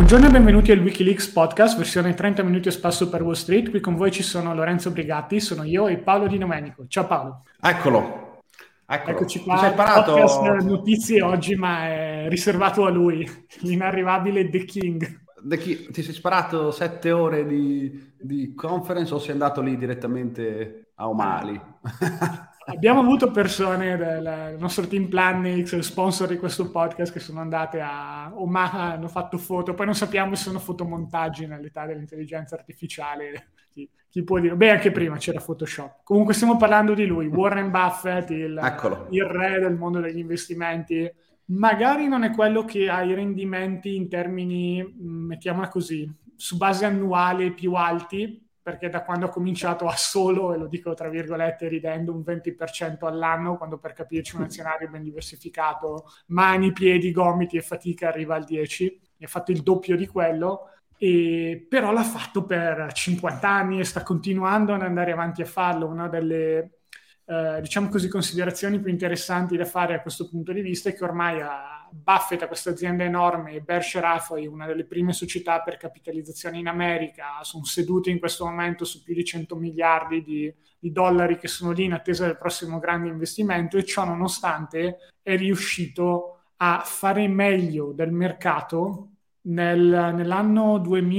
Buongiorno e benvenuti al Wikileaks Podcast, versione 30 minuti a spasso per Wall Street. Qui con voi ci sono Lorenzo Brigatti, sono io e Paolo Di Domenico. Ciao Paolo. Eccolo. Eccoci Ti sei qua, podcast sparato... notizie oggi, ma è riservato a lui, l'inarrivabile The King. Ti sei sparato 7 ore di conference o sei andato lì direttamente a O'Malley? Abbiamo avuto persone del nostro team Plannix, sponsor di questo podcast, che sono andate a Omaha, hanno fatto foto, poi non sappiamo se sono fotomontaggi nell'età dell'intelligenza artificiale. Chi può dire? Beh, anche prima c'era Photoshop. Comunque stiamo parlando di lui, Warren Buffett, il re del mondo degli investimenti. Magari non è quello che ha i rendimenti in termini, mettiamola così, su base annuale più alti, perché da quando ha cominciato ha solo, e lo dico tra virgolette ridendo, un 20% all'anno, quando per capirci un azionario ben diversificato, mani, piedi, gomiti e fatica arriva al 10%, e ha fatto il doppio di quello, però l'ha fatto per 50 anni e sta continuando ad andare avanti a farlo. Una delle diciamo così, considerazioni più interessanti da fare a questo punto di vista è che ormai Buffett ha questa azienda enorme e Berkshire Hathaway, una delle prime società per capitalizzazione in America, sono sedute in questo momento su più di 100 miliardi di dollari che sono lì in attesa del prossimo grande investimento, e ciò nonostante è riuscito a fare meglio del mercato nell'anno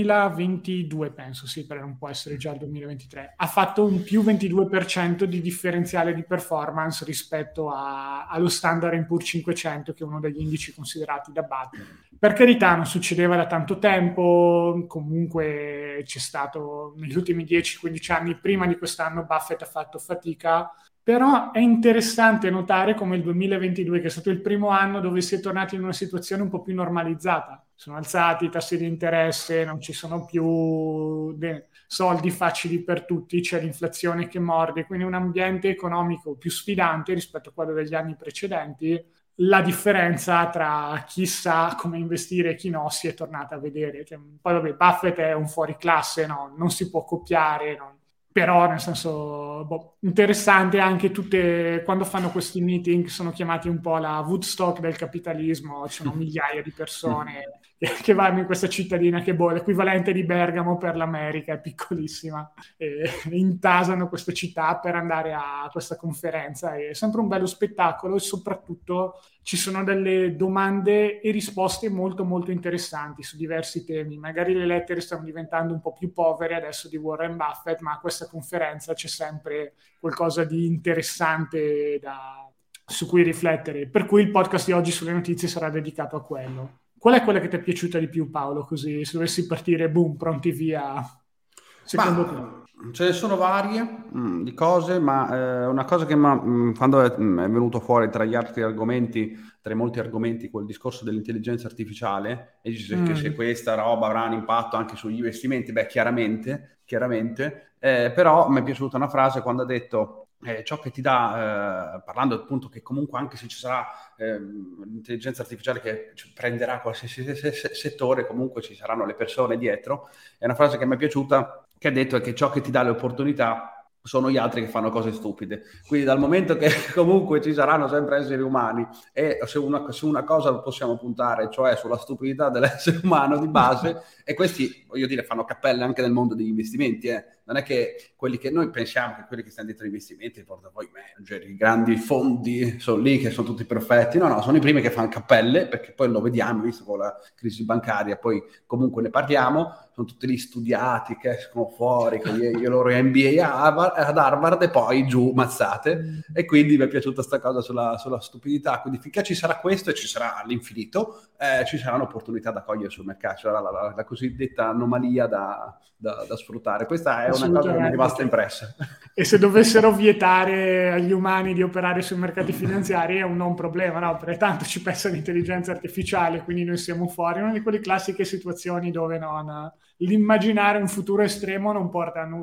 2022, penso, sì, però non può essere già il 2023, ha fatto un più 22% di differenziale di performance rispetto allo Standard & Poor's 500, che è uno degli indici considerati da battere. Per carità, non succedeva da tanto tempo, comunque c'è stato negli ultimi 10-15 anni, prima di quest'anno Buffett ha fatto fatica. Però è interessante notare come il 2022, che è stato il primo anno dove si è tornati in una situazione un po' più normalizzata. Sono alzati i tassi di interesse, non ci sono più soldi facili per tutti, c'è l'inflazione che morde, quindi un ambiente economico più sfidante rispetto a quello degli anni precedenti. La differenza tra chi sa come investire e chi no si è tornata a vedere. Poi vabbè, Buffett è un fuoriclasse, no? Non si può copiare, no? Però nel senso interessante anche quando fanno questi meeting, sono chiamati un po' la Woodstock del capitalismo, ci sono migliaia di persone che vanno in questa cittadina che l'equivalente di Bergamo per l'America, è piccolissima, e intasano questa città per andare a questa conferenza. È sempre un bello spettacolo e soprattutto ci sono delle domande e risposte molto molto interessanti su diversi temi. Magari le lettere stanno diventando un po' più povere adesso di Warren Buffett, ma a questa conferenza c'è sempre qualcosa di interessante su cui riflettere, per cui il podcast di oggi sulle notizie sarà dedicato a quello. Qual è quella che ti è piaciuta di più, Paolo? Così se dovessi partire, boom, pronti via, secondo te? Ce ne sono varie di cose, ma una cosa che quando è venuto fuori tra gli altri argomenti, tra i molti argomenti, quel discorso dell'intelligenza artificiale, e dice che se questa roba avrà un impatto anche sugli investimenti, beh, chiaramente, però mi è piaciuta una frase quando ha detto ciò che ti dà, parlando appunto che comunque anche se ci sarà l'intelligenza artificiale che prenderà qualsiasi settore, comunque ci saranno le persone dietro. È una frase che mi è piaciuta, che ha detto è che ciò che ti dà le opportunità sono gli altri che fanno cose stupide. Quindi dal momento che comunque ci saranno sempre esseri umani e se una cosa possiamo puntare, cioè sulla stupidità dell'essere umano di base, e questi, voglio dire, fanno cappelle anche nel mondo degli investimenti, Non è che quelli che noi pensiamo che quelli che stanno dietro gli investimenti, i portafogli manager, i grandi fondi sono lì che sono tutti perfetti. No, sono i primi che fanno cappelle, perché poi lo vediamo, visto con la crisi bancaria, poi comunque ne parliamo, sono tutti lì studiati, che escono fuori con i loro MBA ad Harvard e poi giù mazzate. E quindi mi è piaciuta sta cosa sulla stupidità. Quindi finché ci sarà questo e ci sarà all'infinito, ci saranno opportunità da cogliere sul mercato, ci sarà la cosiddetta anomalia da sfruttare. Questa è una cosa che mi è rimasta impressa. E se dovessero vietare agli umani di operare sui mercati finanziari è un non problema, no? Perché tanto ci pensa l'intelligenza artificiale, quindi noi siamo fuori. Una di quelle classiche situazioni dove l'immaginare un futuro estremo non porta a nulla.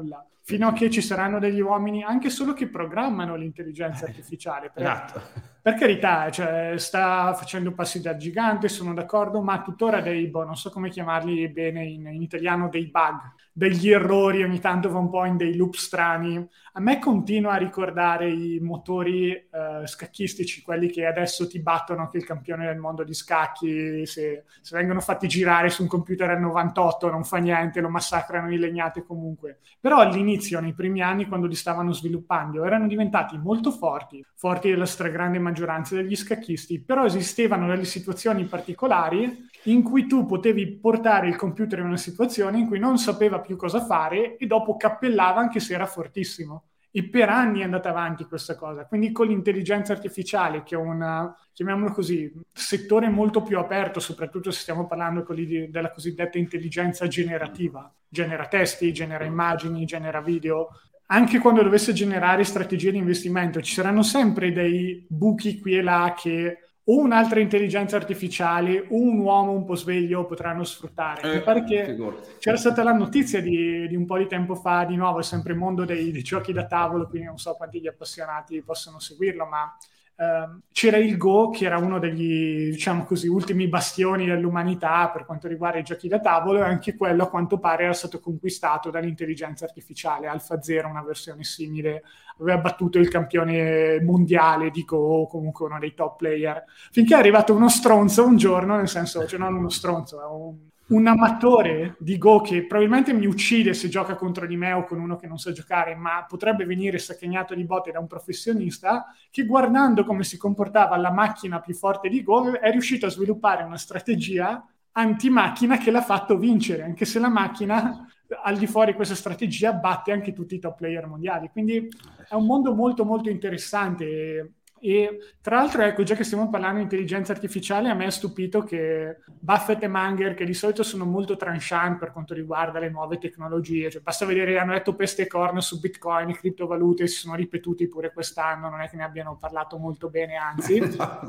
fino a che ci saranno degli uomini anche solo che programmano l'intelligenza artificiale. Esatto. Per carità, cioè, sta facendo passi da gigante, sono d'accordo, ma tuttora non so come chiamarli bene in italiano, dei bug, degli errori, ogni tanto va un po' in dei loop strani. A me continua a ricordare i motori scacchistici, quelli che adesso ti battono anche il campione del mondo di scacchi, se vengono fatti girare su un computer al 98 non fa niente, lo massacrano di legnate comunque. Però all'inizio, nei primi anni, quando li stavano sviluppando, erano diventati molto forti della stragrande maggioranza degli scacchisti, però esistevano delle situazioni particolari in cui tu potevi portare il computer in una situazione in cui non sapeva più cosa fare e dopo cappellava anche se era fortissimo. E per anni è andata avanti questa cosa. Quindi con l'intelligenza artificiale, che è un, chiamiamolo così, settore molto più aperto, soprattutto se stiamo parlando della cosiddetta intelligenza generativa, genera testi, genera immagini, genera video. Anche quando dovesse generare strategie di investimento, ci saranno sempre dei buchi qui e là che o un'altra intelligenza artificiale o un uomo un po' sveglio potranno sfruttare. Mi pare che c'era stata la notizia di un po' di tempo fa, di nuovo è sempre il mondo dei giochi da tavolo, quindi non so quanti gli appassionati possono seguirlo, ma c'era il Go, che era uno degli, diciamo così, ultimi bastioni dell'umanità per quanto riguarda i giochi da tavolo, e anche quello a quanto pare era stato conquistato dall'intelligenza artificiale. AlphaZero, una versione simile, aveva battuto il campione mondiale di Go, comunque uno dei top player, finché è arrivato uno stronzo un giorno, nel senso, cioè non uno stronzo, un amatore di Go che probabilmente mi uccide se gioca contro di me o con uno che non sa giocare, ma potrebbe venire sacchegnato di botte da un professionista, che guardando come si comportava la macchina più forte di Go è riuscito a sviluppare una strategia anti-macchina che l'ha fatto vincere, anche se la macchina al di fuori di questa strategia batte anche tutti i top player mondiali. Quindi è un mondo molto molto interessante. E tra l'altro, ecco, già che stiamo parlando di intelligenza artificiale, a me è stupito che Buffett e Munger, che di solito sono molto tranchant per quanto riguarda le nuove tecnologie, cioè basta vedere, hanno detto peste e corna su Bitcoin e criptovalute, si sono ripetuti pure quest'anno, non è che ne abbiano parlato molto bene, anzi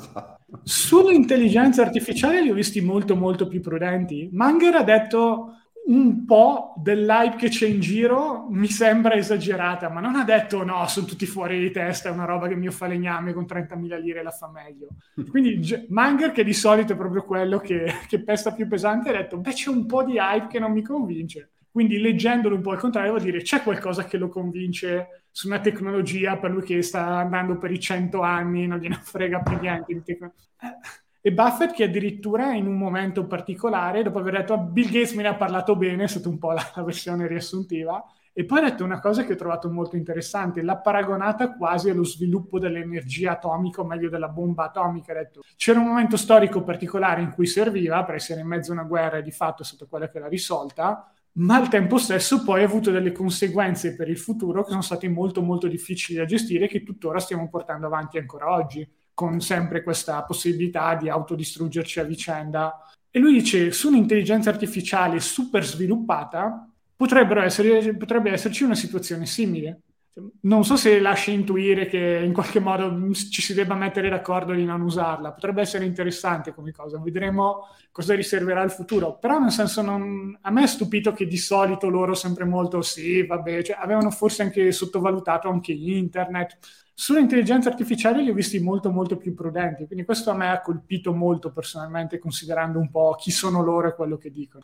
sull'intelligenza artificiale li ho visti molto molto più prudenti. Munger ha detto un po' dell'hype che c'è in giro mi sembra esagerata, ma non ha detto no, sono tutti fuori di testa, è una roba che mio falegname con 30.000 lire la fa meglio. Quindi Munger, che di solito è proprio quello che pesta più pesante, ha detto beh, c'è un po' di hype che non mi convince. Quindi leggendolo un po' al contrario vuol dire c'è qualcosa che lo convince su una tecnologia per lui che sta andando per i 100 anni, non gliene frega più niente di tecnologia. E Buffett, che addirittura in un momento particolare, dopo aver detto Bill Gates me ne ha parlato bene, è stata un po' la versione riassuntiva, e poi ha detto una cosa che ho trovato molto interessante, l'ha paragonata quasi allo sviluppo dell'energia atomica, o meglio della bomba atomica. Ha detto c'era un momento storico particolare in cui serviva per essere in mezzo a una guerra, e di fatto è stata quella che l'ha risolta, ma al tempo stesso poi ha avuto delle conseguenze per il futuro che sono state molto molto difficili da gestire, che tuttora stiamo portando avanti ancora oggi, con sempre questa possibilità di autodistruggerci a vicenda. E lui dice, su un'intelligenza artificiale super sviluppata potrebbe esserci una situazione simile. Non so se lascia intuire che in qualche modo ci si debba mettere d'accordo di non usarla. Potrebbe essere interessante come cosa. Vedremo cosa riserverà il futuro. Però nel senso, a me è stupito che di solito loro sempre molto sì, vabbè, cioè, avevano forse anche sottovalutato anche internet. Sull'intelligenza artificiale li ho visti molto molto più prudenti, quindi questo a me ha colpito molto personalmente, considerando un po' chi sono loro e quello che dicono.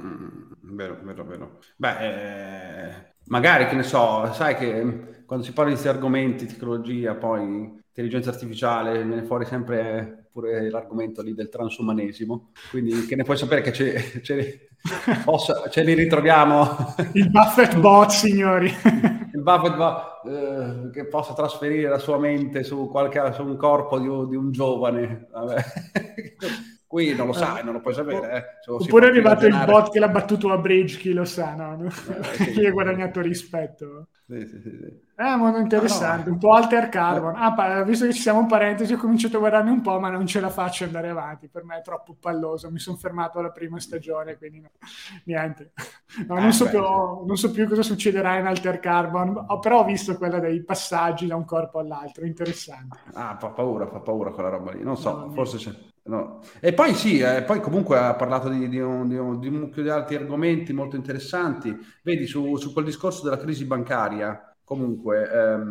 Vero. Beh, magari, che ne so, sai che quando si parla di questi argomenti, tecnologia, poi intelligenza artificiale, viene fuori sempre pure l'argomento lì del transumanesimo, quindi che ne puoi sapere che ce li ritroviamo. Il Buffett bot, signori. Il Buffett bot, che possa trasferire la sua mente su un corpo di un giovane. Vabbè. Qui non lo sai, non lo puoi sapere. Oppure è arrivato il bot che l'ha battuto a bridge, chi lo sa, no? Chi ha guadagnato rispetto. Sì. Molto interessante, un po' Alter Carbon. Visto che ci siamo in parentesi, ho cominciato a guardarne un po', ma non ce la faccio andare avanti, per me è troppo palloso, mi sono fermato alla prima stagione, quindi niente. Non so più cosa succederà in Alter Carbon, però ho visto quella dei passaggi da un corpo all'altro, interessante. Fa paura quella roba lì, non so, forse c'è. No. E poi sì, poi comunque ha parlato di un mucchio di altri argomenti molto interessanti. Vedi, su quel discorso della crisi bancaria, comunque,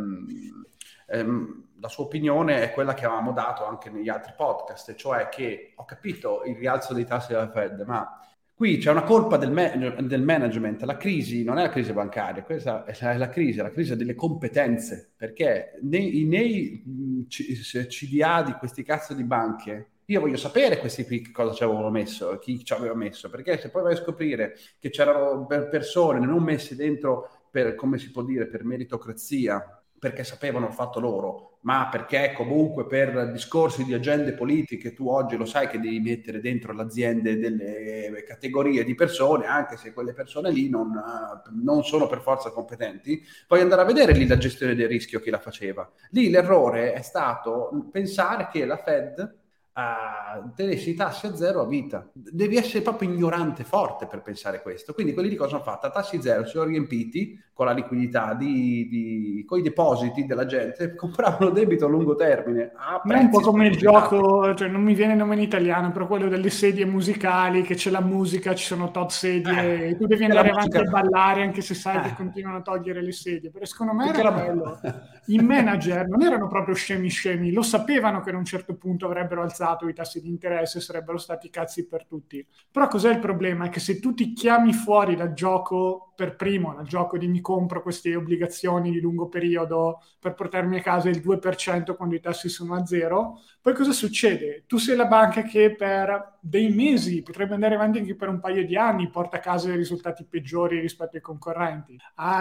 la sua opinione è quella che avevamo dato anche negli altri podcast, cioè che ho capito il rialzo dei tassi della Fed, ma qui c'è una colpa del management. La crisi non è la crisi bancaria, questa è la crisi, è la crisi delle competenze, perché nei CDA di questi cazzo di banche, io voglio sapere questi qui che cosa ci avevano messo, chi ci aveva messo, perché se poi vai a scoprire che c'erano persone non messe dentro per, come si può dire, per meritocrazia, perché sapevano il fatto loro, ma perché comunque per discorsi di agende politiche tu oggi lo sai che devi mettere dentro l'azienda delle categorie di persone, anche se quelle persone lì non sono per forza competenti. Puoi andare a vedere lì la gestione del rischio, chi la faceva. Lì l'errore è stato pensare che la Fed tenessi i tassi a zero a vita. Devi essere proprio ignorante forte per pensare questo. Quindi quelli di cosa hanno fatto? A tassi zero si sono riempiti con la liquidità con i depositi della gente, compravano debito a lungo termine a Non è un po' prezzi come il spropositati. gioco, cioè non mi viene il nome in italiano, però quello delle sedie musicali, che c'è la musica, ci sono tot sedie, e tu devi Che la andare avanti musica... a ballare anche se sai che Eh, continuano a togliere le sedie. Però secondo me perché era la... quello. I manager non erano proprio scemi, lo sapevano che ad un certo punto avrebbero alzato i tassi di interesse e sarebbero stati cazzi per tutti. Però cos'è il problema? È che se tu ti chiami fuori dal gioco per primo, dal gioco di mi compro queste obbligazioni di lungo periodo per portarmi a casa il 2% quando i tassi sono a zero, poi cosa succede? Tu sei la banca che per dei mesi, potrebbe andare avanti anche per un paio di anni, porta a casa dei risultati peggiori rispetto ai concorrenti.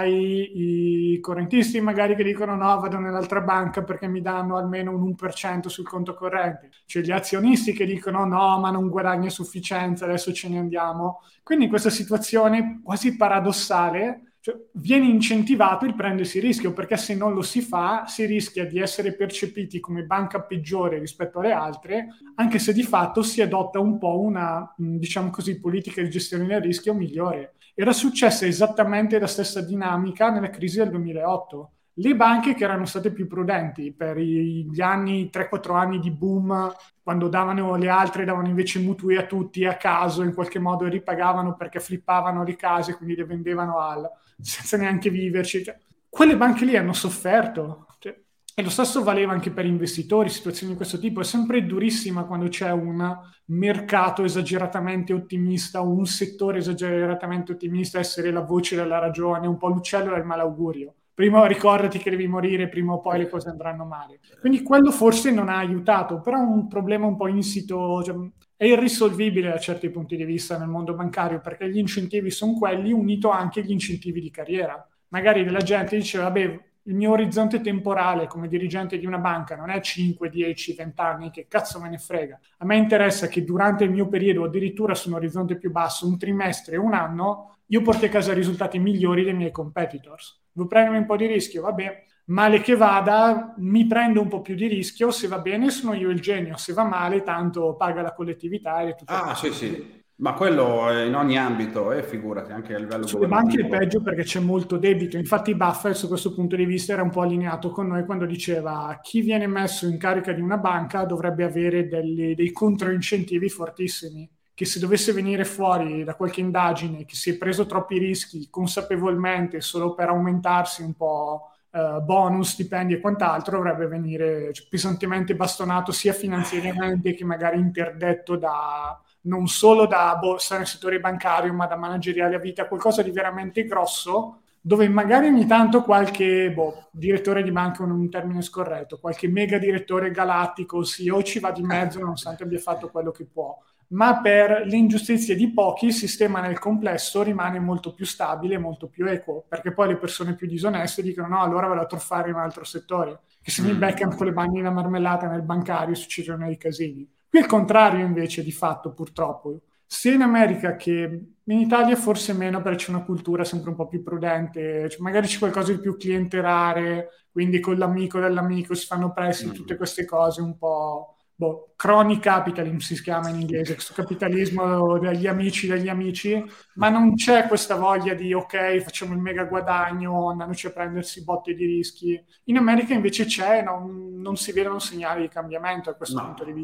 Hai i correntisti magari che dicono no, vado nell'altra banca perché mi danno almeno un 1% sul conto corrente. C'è gli azionisti che dicono no, ma non guadagno a sufficienza, adesso ce ne andiamo. Quindi in questa situazione quasi paradossale, cioè, viene incentivato il prendersi rischio, perché se non lo si fa si rischia di essere percepiti come banca peggiore rispetto alle altre, anche se di fatto si adotta un po' una, diciamo così, politica di gestione del rischio migliore. Era successa esattamente la stessa dinamica nella crisi del 2008. Le banche che erano state più prudenti per gli anni, 3-4 anni di boom, quando davano le altre, davano invece mutui a tutti a caso, in qualche modo ripagavano perché flippavano le case, quindi le vendevano senza neanche viverci. Cioè, quelle banche lì hanno sofferto. Cioè, e lo stesso valeva anche per investitori, situazioni di questo tipo. È sempre durissima quando c'è un mercato esageratamente ottimista o un settore esageratamente ottimista essere la voce della ragione, un po' l'uccello del malaugurio. Prima ricordati che devi morire, prima o poi le cose andranno male. Quindi quello forse non ha aiutato, però è un problema un po' insito, cioè, è irrisolvibile da certi punti di vista nel mondo bancario, perché gli incentivi sono quelli, unito anche agli incentivi di carriera. Magari la gente dice, vabbè, il mio orizzonte temporale come dirigente di una banca non è 5, 10, 20 anni, che cazzo me ne frega. A me interessa che durante il mio periodo, addirittura su un orizzonte più basso, un trimestre, un anno, io porti a casa risultati migliori dei miei competitors. Vuoi prendermi un po' di rischio? Vabbè, male che vada, mi prendo un po' più di rischio, se va bene sono io il genio, se va male tanto paga la collettività e tutto Ah, sì, questo. sì, ma quello è in ogni ambito, figurati, anche a livello Sulle banche è governativo. peggio perché c'è molto debito. Infatti Buffett su questo punto di vista era un po' allineato con noi quando diceva chi viene messo in carica di una banca dovrebbe avere dei controincentivi fortissimi, che se dovesse venire fuori da qualche indagine che si è preso troppi rischi consapevolmente solo per aumentarsi un po' bonus, stipendi e quant'altro, dovrebbe venire pesantemente bastonato sia finanziariamente che magari interdetto da non solo da borsa nel settore bancario, ma da manageriale a vita, qualcosa di veramente grosso, dove magari ogni tanto qualche direttore di banca, non un termine scorretto, qualche mega direttore galattico, CEO ci va di mezzo nonostante abbia fatto quello che può. Ma per le ingiustizie di pochi il sistema nel complesso rimane molto più stabile, molto più equo, perché poi le persone più disoneste dicono no, allora vado a truffare in un altro settore, che se mi beccano con le bagni la marmellata nel bancario succedono dei casini. Qui è il contrario invece di fatto purtroppo, sia in America che in Italia forse meno perché c'è una cultura sempre un po' più prudente, cioè magari c'è qualcosa di più clientelare, quindi con l'amico dell'amico si fanno prestiti, tutte queste cose un po', crony capitalism si chiama in inglese, questo capitalismo degli amici, ma non c'è questa voglia di ok, facciamo il mega guadagno, andandoci a prendersi botte di rischi. In America invece c'è, non si vedono segnali di cambiamento da questo punto di No. vista.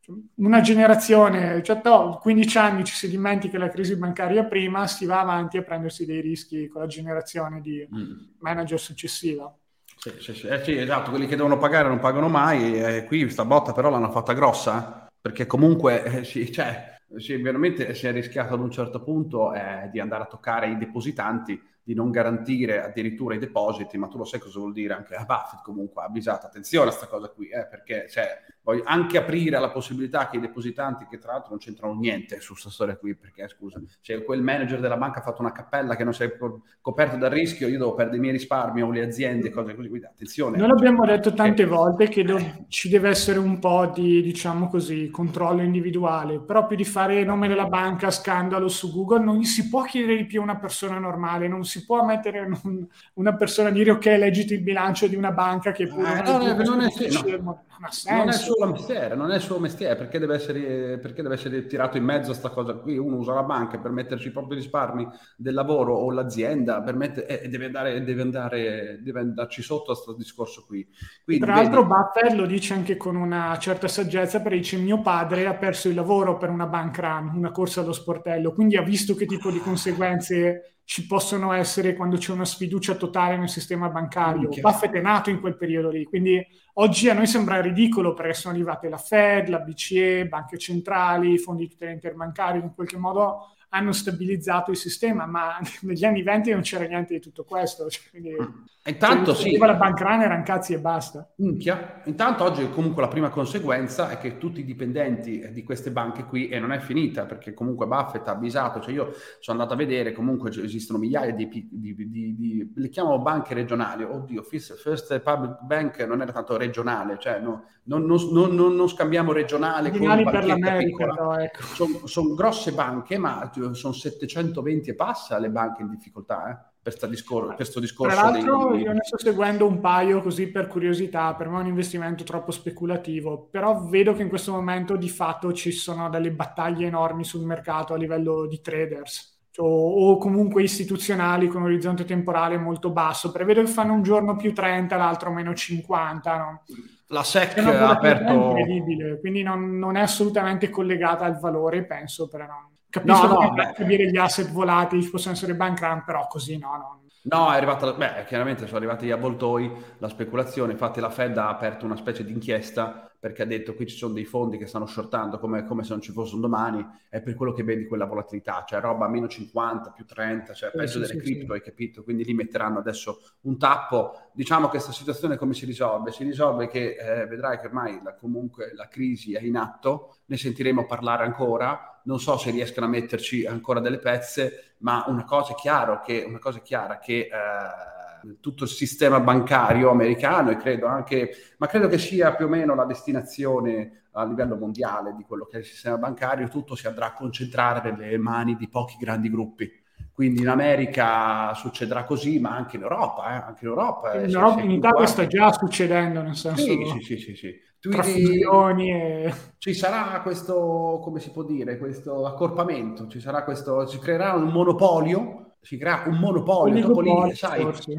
una generazione, 15 anni ci si dimentica la crisi bancaria prima, si va avanti a prendersi dei rischi con la generazione di manager successiva. Sì, esatto, quelli che devono pagare non pagano mai, qui sta botta però l'hanno fatta grossa, perché comunque veramente si è rischiato ad un certo punto di andare a toccare i depositanti, di non garantire addirittura i depositi, ma tu lo sai cosa vuol dire? Anche Buffett comunque ha avvisato, attenzione a questa cosa qui, perché voglio anche aprire la possibilità che i depositanti, che tra l'altro non c'entrano niente su questa storia qui, perché scusa, se quel manager della banca ha fatto una cappella che non si è coperto dal rischio, io devo perdere i miei risparmi o le aziende, cose così, quindi attenzione. Noi l'abbiamo detto tante volte che ci deve essere un po' di, diciamo così, controllo individuale, proprio di fare nome della banca, scandalo su Google, non gli si può chiedere di più a una persona normale, non si può mettere una persona a dire ok, leggiti il bilancio di una banca che pure non è il suo mestiere, perché deve essere tirato in mezzo a sta cosa qui. Uno usa la banca per metterci i propri risparmi del lavoro o l'azienda deve andarci sotto a questo discorso qui. Quindi, tra l'altro Buffett lo dice anche con una certa saggezza, perché dice mio padre ha perso il lavoro per una bank run, una corsa allo sportello, quindi ha visto che tipo di conseguenze ci possono essere quando c'è una sfiducia totale nel sistema bancario. Buffett è nato in quel periodo lì, quindi oggi a noi sembra ridicolo perché sono arrivate la Fed, la BCE, banche centrali, i fondi tuteli interbancari, in qualche modo hanno stabilizzato il sistema, ma negli anni 20 non c'era niente di tutto questo. Quindi, intanto la bank run erano cazzi e basta. Intanto oggi comunque la prima conseguenza è che tutti i dipendenti di queste banche qui, e non è finita, perché comunque Buffett ha avvisato, cioè io sono andato a vedere, comunque esistono migliaia di le chiamano banche regionali, oddio, First Public Bank non era tanto regionale, cioè non scambiamo regionale con banchetta piccola, ecco. Sono grosse banche, ma sono 720 e passa le banche in difficoltà, per questo discorso. Tra l'altro io ne sto seguendo un paio così per curiosità, per me è un investimento troppo speculativo, però vedo che in questo momento di fatto ci sono delle battaglie enormi sul mercato a livello di traders, o comunque istituzionali con un orizzonte temporale molto basso. Prevedo che fanno un giorno più 30, l'altro meno 50, no? La SEC ha aperto... È incredibile, quindi non è assolutamente collegata al valore, penso, però non... Capisco che capire gli asset volatili ci possono essere bank run, però così no. No, è arrivata, chiaramente sono arrivati gli avvoltoi, la speculazione. Infatti la Fed ha aperto una specie di inchiesta perché ha detto qui ci sono dei fondi che stanno shortando come se non ci fossero domani, è per quello che vedi quella volatilità, cioè roba meno 50, più 30, cioè peggio delle cripto, hai capito? Quindi lì metteranno adesso un tappo. Diciamo che questa situazione come si risolve? Si risolve che vedrai che ormai comunque la crisi è in atto, ne sentiremo parlare ancora, non so se riescano a metterci ancora delle pezze, ma una cosa è chiara che tutto il sistema bancario americano, e credo che sia più o meno la destinazione a livello mondiale di quello che è il sistema bancario, tutto si andrà a concentrare nelle mani di pochi grandi gruppi. Quindi in America succederà così, ma anche in Europa. In Italia sta già succedendo, nel senso... Sì. Tra fusioni e... Ci sarà questo, come si può dire, questo accorpamento, si creerà un monopolio. Si crea un monopolio, dopo lì, sai,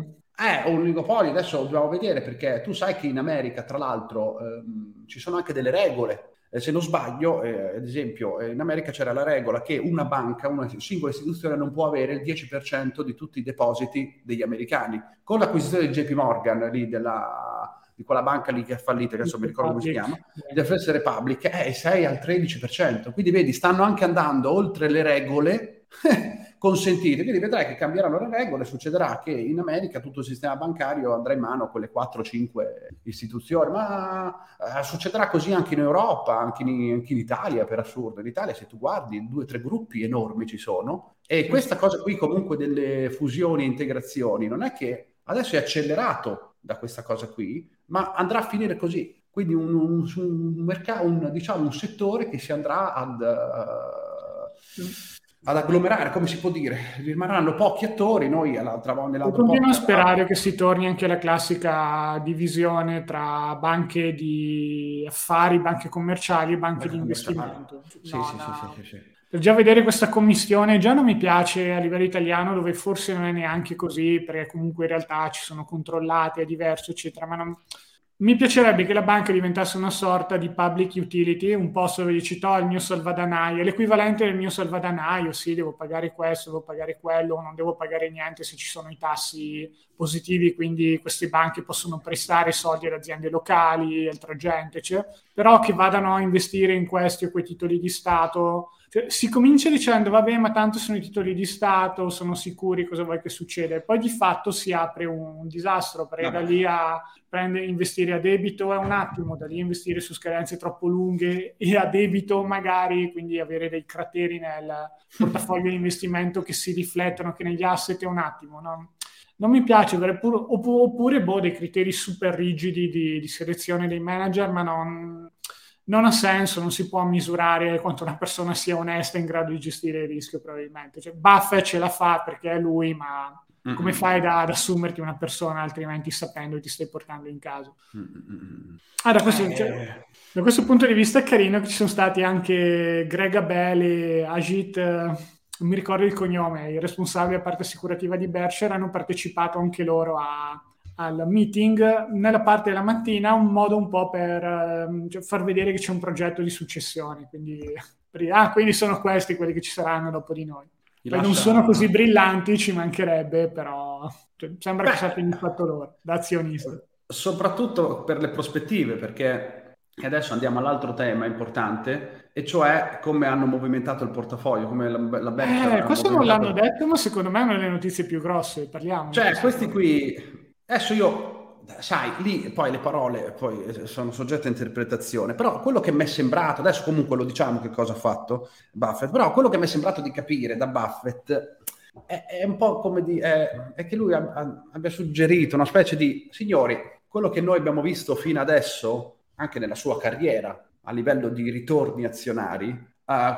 un oligopolio. Adesso dobbiamo vedere, perché tu sai che in America, tra l'altro, ci sono anche delle regole. Se non sbaglio, ad esempio, in America c'era la regola che una banca, una singola istituzione non può avere il 10% di tutti i depositi degli americani. Con l'acquisizione di JP Morgan, lì di quella banca lì che è fallita, che adesso mi ricordo come si chiama, di First Republic, sei al 13%. Quindi vedi, stanno anche andando oltre le regole consentite. Quindi vedrai che cambieranno le regole, succederà che in America tutto il sistema bancario andrà in mano a quelle 4-5 istituzioni, ma succederà così anche in Europa, anche in Italia, per assurdo. In Italia, se tu guardi, 2-3 gruppi enormi ci sono, e questa cosa qui comunque delle fusioni e integrazioni non è che adesso è accelerato da questa cosa qui, ma andrà a finire così. Quindi un mercato, un settore che si andrà ad agglomerare, come si può dire, rimarranno pochi attori. Noi continuo a sperare che si torni anche alla classica divisione tra banche di affari, banche commerciali e banche di investimento. Sì. Per già vedere questa commistione, già non mi piace a livello italiano, dove forse non è neanche così, perché comunque in realtà ci sono controllate, è diverso, eccetera, ma Mi piacerebbe che la banca diventasse una sorta di public utility, un posto dove dici, il mio salvadanaio, è l'equivalente del mio salvadanaio, sì, devo pagare questo, devo pagare quello, non devo pagare niente se ci sono i tassi positivi, quindi queste banche possono prestare soldi ad aziende locali, altra gente, però che vadano a investire in questi o quei titoli di Stato. Cioè, si comincia dicendo, vabbè, ma tanto sono i titoli di Stato, sono sicuri, cosa vuoi che succeda? Poi di fatto si apre un disastro, perché da lì a investire a debito è un attimo, da lì investire su scadenze troppo lunghe e a debito magari, quindi avere dei crateri nel portafoglio di investimento che si riflettono anche negli asset è un attimo, no? Non mi piace avere oppure dei criteri super rigidi di selezione dei manager, ma non ha senso, non si può misurare quanto una persona sia onesta e in grado di gestire il rischio probabilmente. Cioè, Buffett ce la fa perché è lui, ma come fai ad assumerti una persona altrimenti sapendo che ti stai portando in casa? Da questo punto di vista è carino che ci sono stati anche Greg Abel e Ajit, non mi ricordo il cognome, i responsabili della parte assicurativa di Berkshire, hanno partecipato anche loro al meeting nella parte della mattina, un modo un po' per far vedere che c'è un progetto di successione, quindi sono questi quelli che ci saranno dopo di noi. Poi non sono così brillanti, ci mancherebbe, però sembra che sappiano fatto loro, da azionista. Soprattutto per le prospettive, perché adesso andiamo all'altro tema importante, e cioè come hanno movimentato il portafoglio, come la Berkshire questo non l'hanno detto, ma secondo me è una delle notizie più grosse, parliamo. Cioè, questi qui, adesso io, sai, lì poi le parole poi sono soggette a interpretazione, però quello che mi è sembrato, adesso comunque lo diciamo che cosa ha fatto Buffett, però quello che mi è sembrato di capire da Buffett è un po' come è che lui abbia suggerito una specie di, signori, quello che noi abbiamo visto fino adesso, anche nella sua carriera, a livello di ritorni azionari,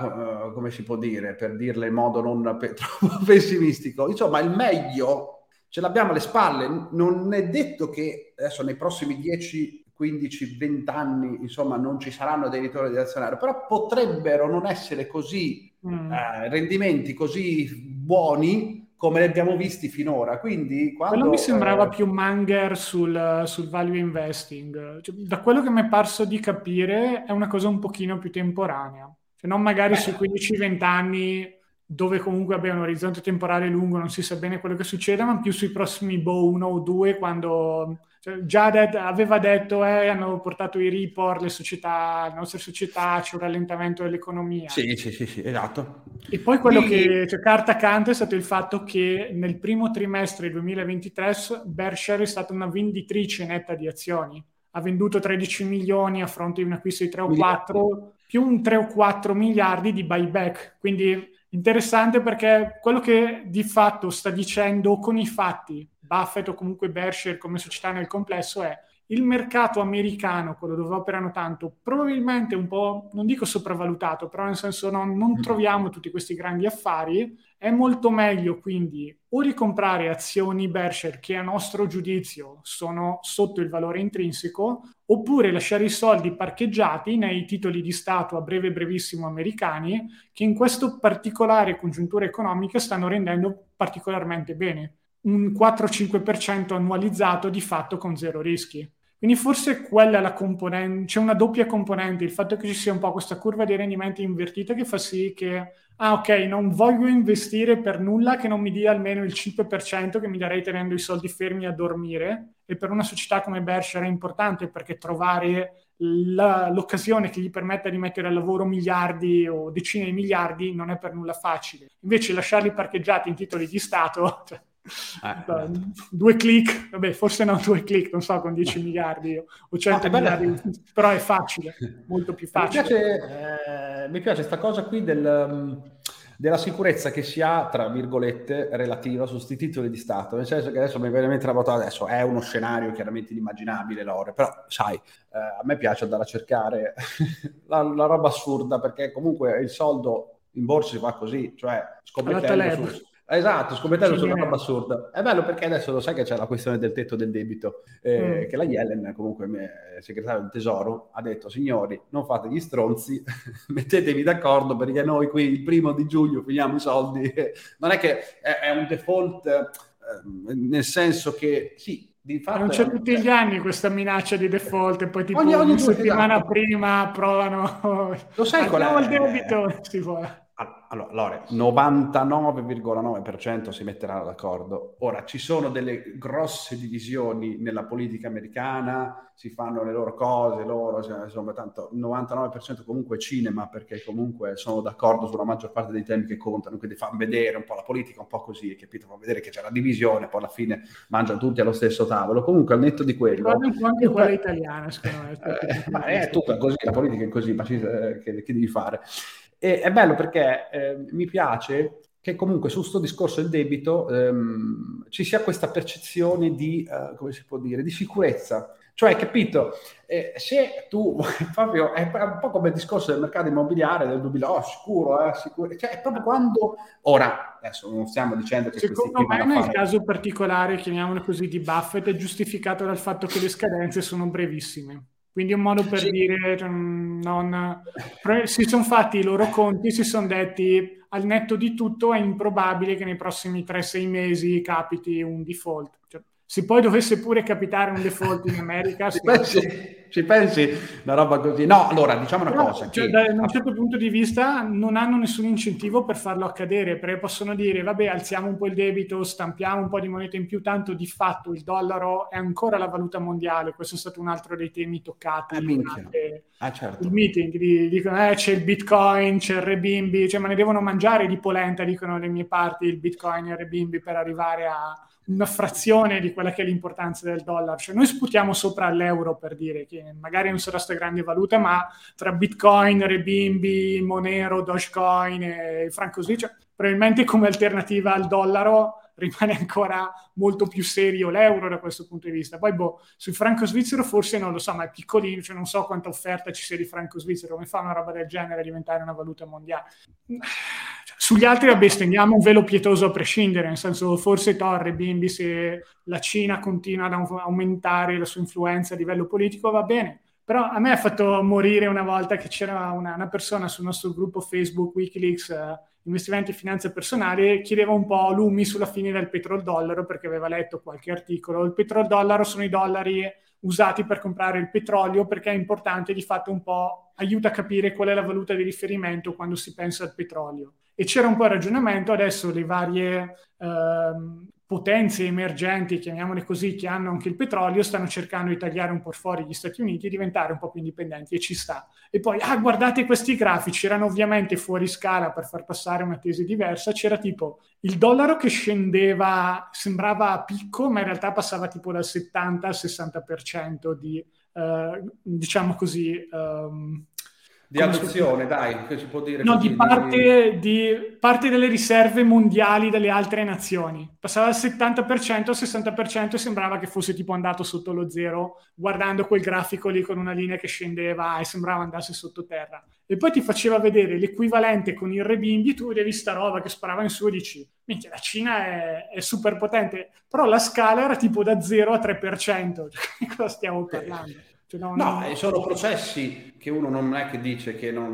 come si può dire, per dirla in modo non troppo pessimistico, insomma il meglio ce l'abbiamo alle spalle. Non è detto che adesso nei prossimi 10, 15, 20 anni insomma non ci saranno dei ritorni azionari, però potrebbero non essere così rendimenti così buoni come li abbiamo visti finora. Quindi quando quello mi sembrava più Munger sul value investing, cioè, da quello che mi è parso di capire è una cosa un pochino più temporanea, cioè non magari sui 15-20 anni dove comunque abbia un orizzonte temporale lungo, non si sa bene quello che succede, ma più sui prossimi 1 o 2, quando già aveva detto hanno portato i report, le nostre società, c'è un rallentamento dell'economia. Sì, esatto. E poi quello che carta canta è stato il fatto che nel primo trimestre 2023 Berkshire è stata una venditrice netta di azioni. Ha venduto 13 milioni a fronte di un acquisto di 3 o 4, più un 3 o 4 miliardi di buyback. Quindi interessante, perché quello che di fatto sta dicendo con i fatti Buffett o comunque Berkshire come società nel complesso è: il mercato americano, quello dove operano tanto, probabilmente un po', non dico sopravvalutato, però nel senso non troviamo tutti questi grandi affari. È molto meglio quindi o ricomprare azioni Berkshire che a nostro giudizio sono sotto il valore intrinseco, oppure lasciare i soldi parcheggiati nei titoli di Stato a breve brevissimo americani, che in questa particolare congiuntura economica stanno rendendo particolarmente bene. Un 4-5% annualizzato di fatto con zero rischi. Quindi forse quella è la componente, c'è una doppia componente, il fatto che ci sia un po' questa curva dei rendimenti invertita che fa sì che, ok, non voglio investire per nulla che non mi dia almeno il 5% che mi darei tenendo i soldi fermi a dormire, e per una società come Berkshire è importante perché trovare l'occasione che gli permetta di mettere a lavoro miliardi o decine di miliardi non è per nulla facile. Invece lasciarli parcheggiati in titoli di Stato... 2 click, vabbè, forse no 2 click, non so, con 10 miliardi o 100 miliardi, però è facile, molto più facile. Mi piace questa cosa qui della sicurezza che si ha, tra virgolette, relativa su questi titoli di Stato, nel senso che adesso mi viene in mente la volta, adesso è uno scenario chiaramente inimmaginabile, Lore, però sai, a me piace andare a cercare la roba assurda, perché comunque il soldo in borsa si fa così, cioè scommettendo su... Esatto, scommettendo su una roba assurda. È bello perché adesso lo sai che c'è la questione del tetto del debito, che la Yellen, comunque segretario del Tesoro, ha detto: signori, non fate gli stronzi, mettetevi d'accordo perché noi qui il 1 giugno finiamo i soldi. Non è che è un default, nel senso che sì, di fatto non c'è tutti gli anni questa minaccia di default e poi tipo ogni una settimana esatto. prima provano lo sai qual è? il debito, si vuole. Allora, 99,9% si metterà d'accordo. Ora, ci sono delle grosse divisioni nella politica americana, si fanno le loro cose, insomma, tanto il 99% comunque cinema, perché comunque sono d'accordo sulla maggior parte dei temi che contano, quindi fanno vedere un po' la politica, un po' così, capito? Fanno vedere che c'è la divisione, poi alla fine mangiano tutti allo stesso tavolo. Comunque, al netto di quello... Ricordo un po' anche quella italiana, secondo me. Ma è tutta così, la politica è così, ma che devi fare? E è bello perché mi piace che comunque su sto discorso del debito ci sia questa percezione di, come si può dire, di sicurezza. Cioè, capito, se tu proprio è un po' come il discorso del mercato immobiliare del 2000, sicuro, sicuro. Cioè, è proprio quando... Ora, adesso non stiamo dicendo che secondo me nel caso particolare, chiamiamolo così, di Buffett è giustificato dal fatto che le scadenze sono brevissime. Quindi è un modo per dire, si sono fatti i loro conti, si sono detti al netto di tutto è improbabile che nei prossimi 3-6 mesi capiti un default. Cioè, se poi dovesse pure capitare un default in America... Ci pensi una roba così? No, allora, diciamo una cosa. Cioè, da un certo punto di vista non hanno nessun incentivo per farlo accadere, perché possono dire, vabbè, alziamo un po' il debito, stampiamo un po' di moneta in più, tanto di fatto il dollaro è ancora la valuta mondiale. Questo è stato un altro dei temi toccati durante certo. il meeting. Dicono, c'è il Bitcoin, c'è il Renminbi, cioè, ma ne devono mangiare di polenta, dicono le mie parti, il Bitcoin e il Renminbi per arrivare a una frazione di quella che è l'importanza del dollaro. Cioè, noi sputiamo sopra l'euro per dire che magari non sarà sta grande valuta, ma tra Bitcoin, Renminbi, Monero, Dogecoin e franco svizzero, probabilmente come alternativa al dollaro rimane ancora molto più serio l'euro da questo punto di vista. Poi sul franco svizzero forse non lo so, ma è piccolino, cioè non so quanta offerta ci sia di franco svizzero, come fa una roba del genere a diventare una valuta mondiale? Sugli altri, vabbè, stendiamo un velo pietoso a prescindere, nel senso forse torre, bimbi, se la Cina continua ad aumentare la sua influenza a livello politico va bene, però a me ha fatto morire una volta che c'era una persona sul nostro gruppo Facebook Wikileaks investimenti e finanze personali, chiedeva un po' lumi sulla fine del petroldollaro perché aveva letto qualche articolo. Il petroldollaro sono i dollari usati per comprare il petrolio perché è importante, di fatto un po' aiuta a capire qual è la valuta di riferimento quando si pensa al petrolio. E c'era un po' il ragionamento, adesso le varie potenze emergenti, chiamiamole così, che hanno anche il petrolio, stanno cercando di tagliare un po' fuori gli Stati Uniti e diventare un po' più indipendenti, e ci sta. E poi, guardate questi grafici, erano ovviamente fuori scala per far passare una tesi diversa, c'era tipo il dollaro che scendeva, sembrava a picco, ma in realtà passava tipo dal 70 al 60% di, diciamo così... di adozione, dai, che si può dire no, così, di parte delle riserve mondiali delle altre nazioni. Passava dal 70% al 60% e sembrava che fosse tipo andato sotto lo zero, guardando quel grafico lì con una linea che scendeva e sembrava andasse sottoterra. E poi ti faceva vedere l'equivalente con il renminbi, tu vedevi sta roba che sparava in su e dici, minchia, la Cina è super potente, però la scala era tipo da 0 a 3%. Di cosa stiamo parlando? Cioè, no, sono processi che uno non è che dice che non,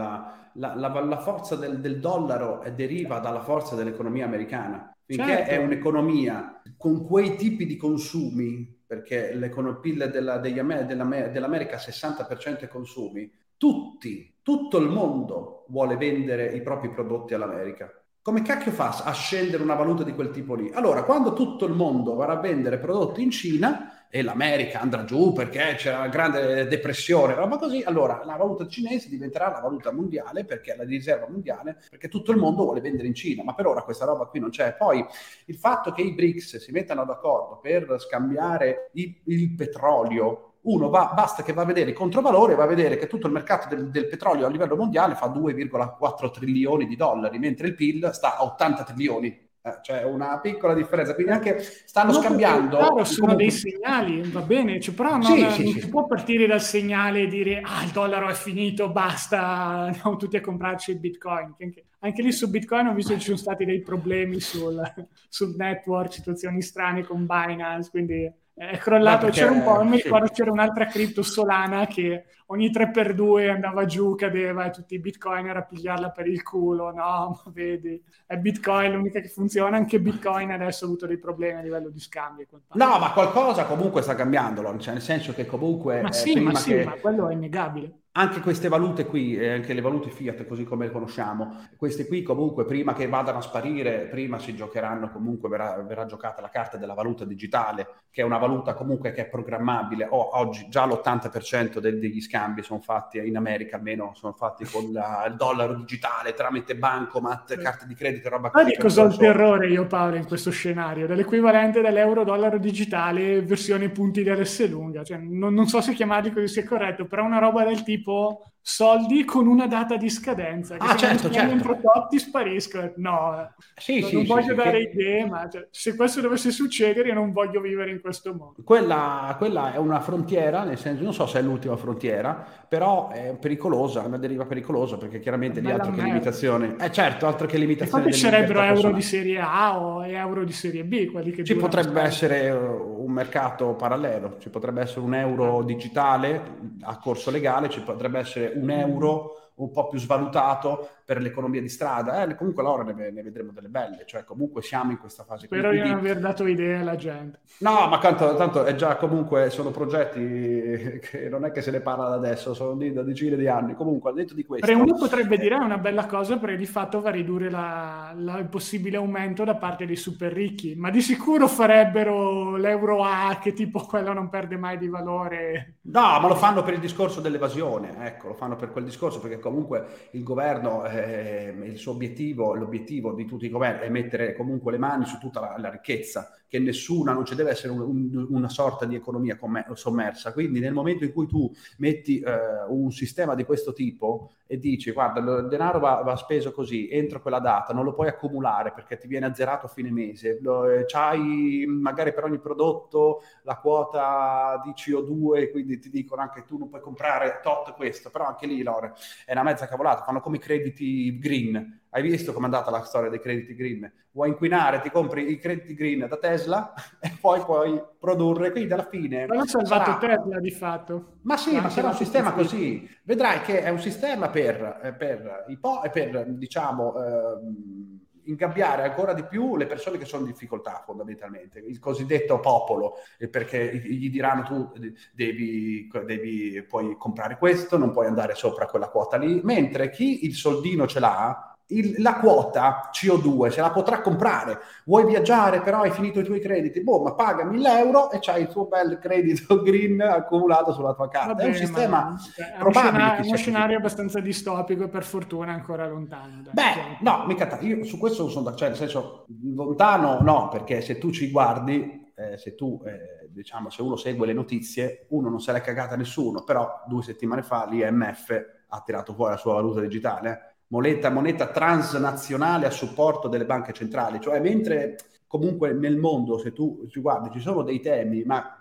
la forza del dollaro deriva dalla forza dell'economia americana. Finché è un'economia con quei tipi di consumi, perché il PIL dell'America 60% è consumi, tutto il mondo vuole vendere i propri prodotti all'America. Come cacchio fa a scendere una valuta di quel tipo lì? Allora, quando tutto il mondo va a vendere prodotti in Cina e l'America andrà giù perché c'è una grande depressione, roba così, allora la valuta cinese diventerà la valuta mondiale perché è la riserva mondiale, perché tutto il mondo vuole vendere in Cina, ma per ora questa roba qui non c'è. Poi il fatto che i BRICS si mettano d'accordo per scambiare il petrolio, basta che va a vedere i controvalori, va a vedere che tutto il mercato del petrolio a livello mondiale fa 2,4 trilioni di dollari, mentre il PIL sta a 80 trilioni. Cioè una piccola differenza, quindi anche stanno scambiando. Chiaro, sono dei segnali, va bene, cioè, però non si può partire dal segnale e dire il dollaro è finito, basta, andiamo tutti a comprarci il Bitcoin. Anche lì su Bitcoin ho visto che ci sono stati dei problemi sul network, situazioni strane con Binance, quindi è crollato, perché, c'era un po', mi sì. ricordo c'era un'altra cripto Solana che ogni 3x2 andava giù, cadeva e tutti i bitcoin era a pigliarla per il culo, no, ma vedi, è Bitcoin l'unica che funziona, anche Bitcoin adesso ha avuto dei problemi a livello di scambio. No, ma qualcosa comunque sta cambiando, cioè nel senso che comunque Ma quello è innegabile. anche queste valute qui, anche le valute fiat così come le conosciamo, queste qui comunque prima che vadano a sparire, prima si giocheranno, comunque verrà giocata la carta della valuta digitale, che è una valuta comunque che è programmabile. Oggi già l'80% degli scambi sono fatti in America, almeno sono fatti con il dollaro digitale tramite bancomat, carte di credito e roba così. Sai cosa ho il terrore io, Paolo, in questo scenario? Dell'equivalente dell'euro-dollaro digitale versione punti di Lunga. Cioè, non so se chiamarli così sia corretto, però una roba del tipo soldi con una data di scadenza. Che se certo. entro tot ti spariscono. No, non voglio dare idee, ma se questo dovesse succedere io non voglio vivere in questo modo. Quella è una frontiera, nel senso, non so se è l'ultima frontiera, però è pericolosa, è una deriva pericolosa, perché chiaramente lì altro che limitazioni. Certo, altro che limitazioni. Infatti sarebbero euro di serie A o euro di serie B, quelli che ci potrebbe essere un mercato parallelo, ci potrebbe essere un euro digitale a corso legale, ci potrebbe essere un euro un po' più svalutato per l'economia di strada. Comunque allora ne vedremo delle belle, cioè comunque siamo in questa fase. Spero di non aver dato idea alla gente. No, ma tanto è già, comunque sono progetti che non è che se ne parla da adesso, sono da decine di anni. Comunque, al netto di questo, uno potrebbe dire è una bella cosa, perché di fatto va a ridurre il possibile aumento da parte dei super ricchi, ma di sicuro farebbero l'euro A, che tipo quello non perde mai di valore. No, ma lo fanno per il discorso dell'evasione, ecco, lo fanno per quel discorso, perché comunque il governo, il suo obiettivo, l'obiettivo di tutti i governi è mettere comunque le mani su tutta la ricchezza, che non ci deve essere una sorta di economia sommersa. Quindi nel momento in cui tu metti un sistema di questo tipo e dici guarda, il denaro va speso così, entro quella data, non lo puoi accumulare perché ti viene azzerato a fine mese, c'hai magari per ogni prodotto la quota di CO2, quindi ti dicono anche tu non puoi comprare tot questo, però anche lì, Lore, è una mezza cavolata, fanno come i crediti green. Hai visto com'è andata la storia dei crediti green? Vuoi inquinare, ti compri i crediti green da Tesla e poi puoi produrre, quindi alla fine... Ma non salvato Tesla di fatto. Ma sì, ma sarà un sistema così. Vedrai che è un sistema per diciamo, ingabbiare ancora di più le persone che sono in difficoltà, fondamentalmente, il cosiddetto popolo, perché gli diranno tu puoi comprare questo, non puoi andare sopra quella quota lì, mentre chi il soldino ce l'ha, la quota CO2 se la potrà comprare. Vuoi viaggiare, però hai finito i tuoi crediti, ma paga 1.000 euro e c'hai il tuo bel credito green accumulato sulla tua carta. Vabbè, è un sistema probabile. È uno scenario abbastanza distopico e per fortuna ancora lontano. No, mica io su questo non sono cioè nel senso lontano no, perché se tu ci guardi, diciamo, se uno segue le notizie, uno non se l'è cagata nessuno, però 2 settimane fa l'IMF ha tirato fuori la sua valuta digitale, moneta transnazionale a supporto delle banche centrali, cioè mentre comunque nel mondo, se tu ci guardi, ci sono dei temi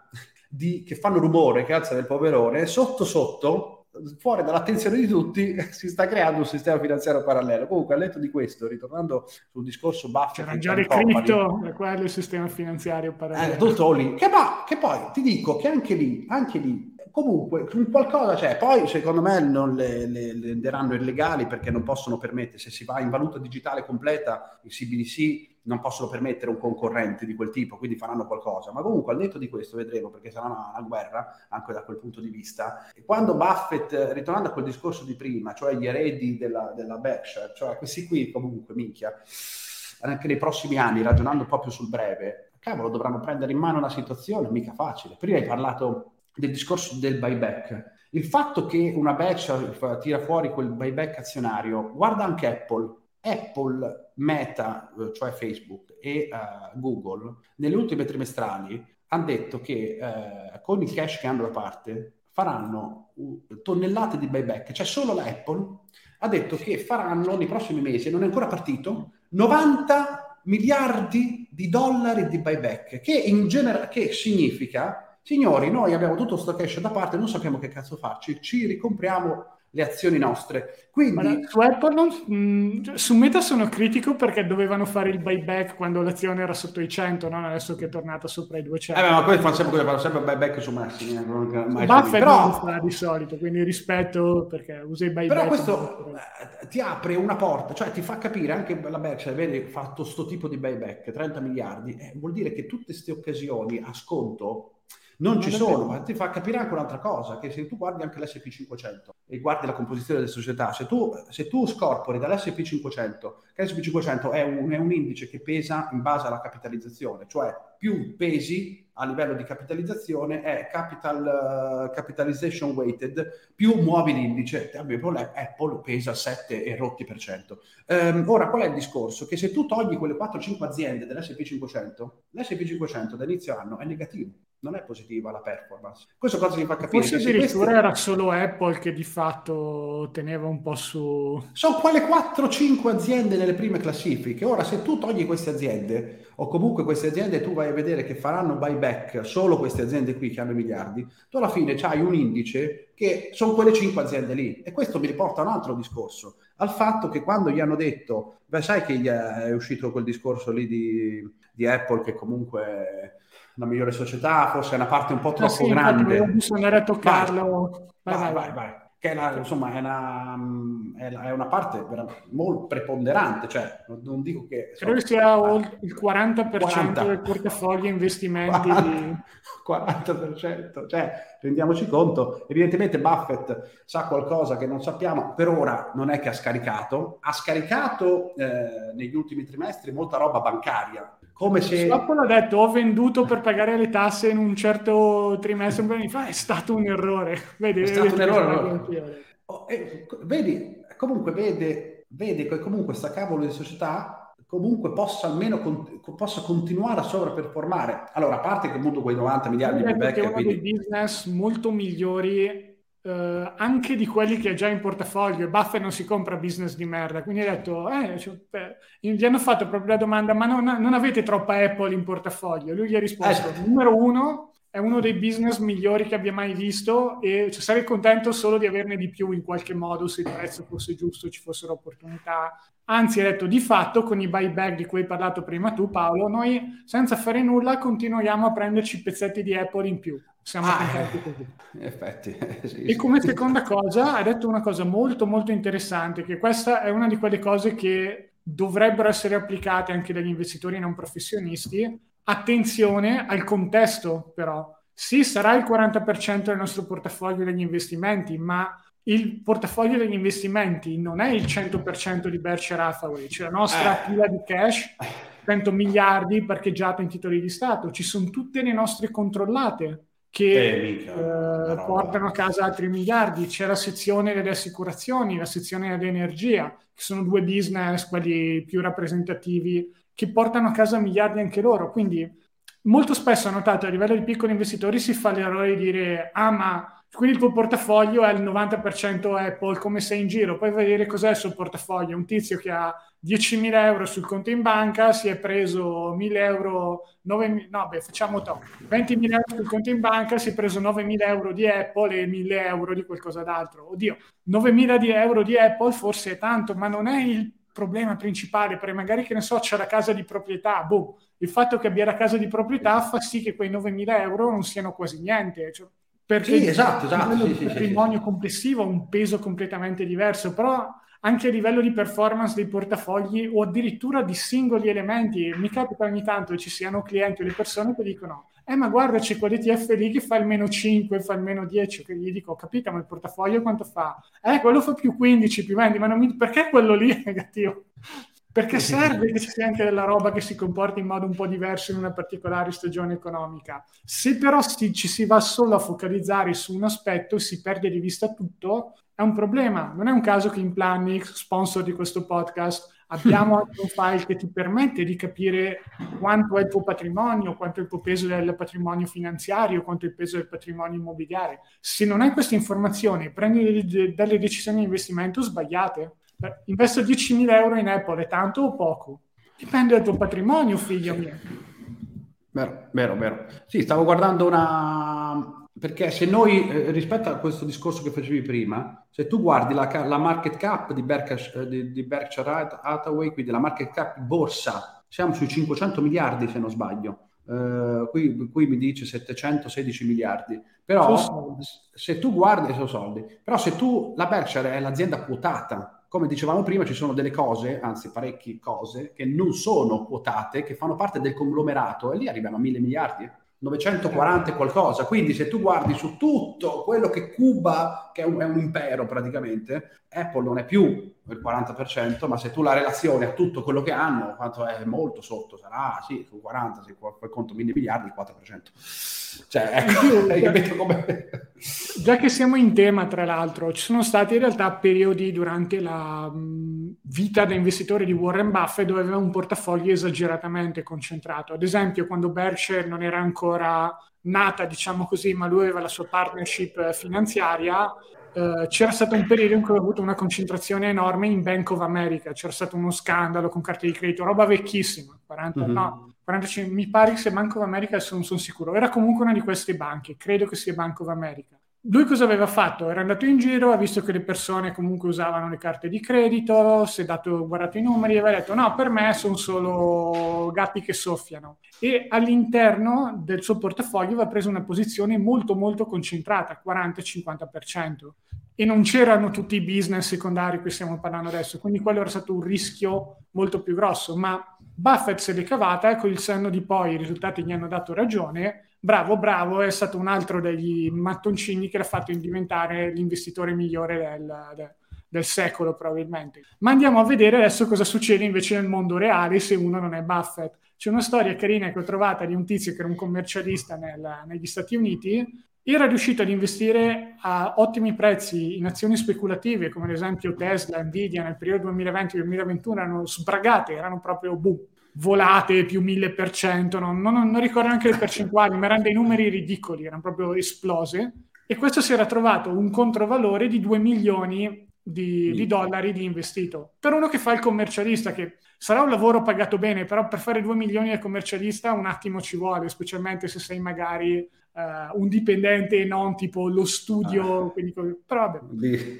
che fanno rumore, che alzano il polverone, sotto fuori dall'attenzione di tutti si sta creando un sistema finanziario parallelo. Comunque, al netto di questo, ritornando sul discorso Buffett, c'era già il cripto, quello è il sistema finanziario parallelo. Tutto lì. Che poi ti dico che anche lì comunque qualcosa c'è. Poi secondo me non le renderanno illegali perché non possono permettere, se si va in valuta digitale completa, il CBDC non possono permettere un concorrente di quel tipo, quindi faranno qualcosa. Ma comunque al netto di questo vedremo, perché sarà una guerra anche da quel punto di vista. E quando Buffett, ritornando a quel discorso di prima, cioè gli eredi della Berkshire, cioè questi qui comunque, minchia, anche nei prossimi anni, ragionando un po' più sul breve, cavolo, dovranno prendere in mano una situazione mica facile. Prima hai parlato del discorso del buyback. Il fatto che una Berkshire tira fuori quel buyback azionario, guarda anche Apple, Meta, cioè Facebook e Google, nelle ultime trimestrali hanno detto che con il cash che hanno da parte faranno tonnellate di buyback, cioè solo la Apple ha detto che faranno nei prossimi mesi, non è ancora partito, 90 miliardi di dollari di buyback, che significa, signori, noi abbiamo tutto sto cash da parte, non sappiamo che cazzo farci, ci ricompriamo le azioni nostre. Quindi su Apple su Meta sono critico perché dovevano fare il buyback quando l'azione era sotto i 100, non adesso che è tornata sopra i 200. Ma poi fanno sempre buyback su massimi. Buffett non lo fa di solito, quindi rispetto perché usa i buyback. Però questo ti apre una porta, cioè ti fa capire anche la Berkshire, vedi, fatto sto tipo di buyback, 30 miliardi, vuol dire che tutte queste occasioni a sconto non ci sono, ma ti fa capire anche un'altra cosa, che se tu guardi anche l'S&P 500 e guardi la composizione delle società, se tu scorpori dall'S&P 500, che l'S&P 500 è un indice che pesa in base alla capitalizzazione, cioè più pesi a livello di capitalizzazione è capitalization weighted, più muovi l'indice. Apple pesa 7 e rotti per cento. Ora, qual è il discorso? Che se tu togli quelle 4-5 aziende dell'S&P 500, l'S&P 500 da inizio anno è negativo, non è positiva la performance. Questo cosa mi fa capire? Forse addirittura era solo Apple che di fatto teneva un po' su... Sono quelle 4-5 aziende nelle prime classifiche. Ora, se tu togli queste aziende, o comunque queste aziende tu vai a vedere che faranno buyback, solo queste aziende qui che hanno miliardi, tu alla fine c'hai un indice che sono quelle 5 aziende lì. E questo mi riporta a un altro discorso, al fatto che quando gli hanno detto, sai che è uscito quel discorso lì di Apple che comunque... la migliore società, forse è una parte un po' troppo grande. Bisognerebbe toccarlo. Vai. Che insomma è una parte molto preponderante, cioè non dico che... Credo che sia il 40% del portafoglio investimenti. 40%, cioè rendiamoci conto, evidentemente Buffett sa qualcosa che non sappiamo, per ora non è che ha scaricato negli ultimi trimestri molta roba bancaria, come se... Apple ha detto ho venduto per pagare le tasse in un certo trimestre, un anni fa, è stato un errore. Vedi, comunque vede che comunque sta cavolo di società comunque possa continuare a sovraperformare. Allora, a parte che appunto quei 90 miliardi di buyback è uno dei business molto migliori anche di quelli che ha già in portafoglio. Buffett non si compra business di merda, quindi ha detto gli hanno fatto proprio la domanda, ma non avete troppa Apple in portafoglio? Lui gli ha risposto, numero uno, è uno dei business migliori che abbia mai visto e sarei contento solo di averne di più in qualche modo, se il prezzo fosse giusto, ci fossero opportunità. Anzi, ha detto, di fatto, con i buyback di cui hai parlato prima tu, Paolo, noi senza fare nulla continuiamo a prenderci pezzetti di Apple in più. Siamo contenti così. In effetti. E come seconda cosa, ha detto una cosa molto molto interessante, che questa è una di quelle cose che dovrebbero essere applicate anche dagli investitori non professionisti. Attenzione al contesto, però. Sì, sarà il 40% del nostro portafoglio degli investimenti, ma il portafoglio degli investimenti non è il 100% di Berkshire Hathaway, c'è la nostra pila di cash, 100 miliardi parcheggiata in titoli di Stato, ci sono tutte le nostre controllate che portano a casa altri miliardi, c'è la sezione delle assicurazioni, la sezione dell'energia, che sono due business, quelli più rappresentativi, che portano a casa miliardi anche loro. Quindi molto spesso ho notato a livello di piccoli investitori si fa l'errore di dire ma quindi il tuo portafoglio è il 90% Apple, come sei in giro, poi vai a vedere cos'è il suo portafoglio. Un tizio che ha 10.000 euro sul conto in banca si è preso 1.000 euro, 20.000 euro sul conto in banca, si è preso 9.000 euro di Apple e 1.000 euro di qualcosa d'altro. Oddio, 9.000 euro di Apple forse è tanto, ma non è il problema principale, perché magari, che ne so, c'è la casa di proprietà, il fatto che abbia la casa di proprietà fa sì che quei 9.000 euro non siano quasi niente, perché esatto. Il patrimonio complessivo ha un peso completamente diverso, però anche a livello di performance dei portafogli o addirittura di singoli elementi, mi capita ogni tanto che ci siano clienti o le persone che dicono ma guarda, c'è quell'ETF lì che fa il meno 5, fa il meno 10, che gli dico, ho capito, ma il portafoglio quanto fa? Quello fa più 15, più 20, ma perché quello lì è negativo? Perché serve che ci sia anche della roba che si comporti in modo un po' diverso in una particolare stagione economica. Se però ci si va solo a focalizzare su un aspetto e si perde di vista tutto, è un problema. Non è un caso che in Planix, sponsor di questo podcast, abbiamo anche un file che ti permette di capire quanto è il tuo patrimonio, quanto è il tuo peso del patrimonio finanziario, quanto è il peso del patrimonio immobiliare. Se non hai queste informazioni, prendi delle decisioni di investimento sbagliate. Investo 10.000 euro in Apple, è tanto o poco? Dipende dal tuo patrimonio, figlio mio. Vero. Sì, stavo guardando perché se noi, rispetto a questo discorso che facevi prima, se tu guardi la market cap di Berkshire Hathaway, quindi la market cap borsa, siamo sui 500 miliardi se non sbaglio. Qui mi dice 716 miliardi. Però se tu guardi, sono soldi. Però se la Berkshire è l'azienda quotata, come dicevamo prima, ci sono delle cose, anzi parecchie cose, che non sono quotate, che fanno parte del conglomerato, e lì arriviamo a 1.000 miliardi, 940 e qualcosa. Quindi se tu guardi su tutto quello che Cuba, che è un impero praticamente, Apple non è più il 40%, ma se tu la relazioni a tutto quello che hanno, quanto è molto sotto, sarà sì, su 40, se poi conto 1.000 miliardi, il 4%. Cioè, ecco, hai capito come... Già che siamo in tema, tra l'altro, ci sono stati in realtà periodi durante la vita da investitore di Warren Buffett dove aveva un portafoglio esageratamente concentrato. Ad esempio, quando Berkshire non era ancora nata, diciamo così, ma lui aveva la sua partnership finanziaria, c'era stato un periodo in cui aveva avuto una concentrazione enorme in Bank of America. C'era stato uno scandalo con carte di credito, roba vecchissima, 45, mi pare che sia Bank of America, adesso non sono sicuro, era comunque una di queste banche, credo che sia Bank of America. Lui cosa aveva fatto? Era andato in giro, ha visto che le persone comunque usavano le carte di credito, si è guardato i numeri e aveva detto no, per me sono solo gatti che soffiano. E all'interno del suo portafoglio aveva preso una posizione molto molto concentrata, 40-50%. E non c'erano tutti i business secondari che stiamo parlando adesso, quindi quello era stato un rischio molto più grosso, ma Buffett se l'è cavata e con il senno di poi i risultati gli hanno dato ragione. Bravo, è stato un altro degli mattoncini che l'ha fatto diventare l'investitore migliore del secolo probabilmente. Ma andiamo a vedere adesso cosa succede invece nel mondo reale se uno non è Buffett. C'è una storia carina che ho trovata di un tizio che era un commercialista negli Stati Uniti, era riuscito ad investire a ottimi prezzi in azioni speculative come ad esempio Tesla, Nvidia nel periodo 2020-2021 erano sbragate, erano proprio boom, volate più 1000%, non ricordo neanche le percentuali, ma erano dei numeri ridicoli, erano proprio esplose, e questo si era trovato un controvalore di 2 milioni di dollari di investito. Per uno che fa il commercialista, che sarà un lavoro pagato bene, però per fare 2 milioni al commercialista un attimo ci vuole, specialmente se sei magari un dipendente e non tipo lo studio, però vabbè.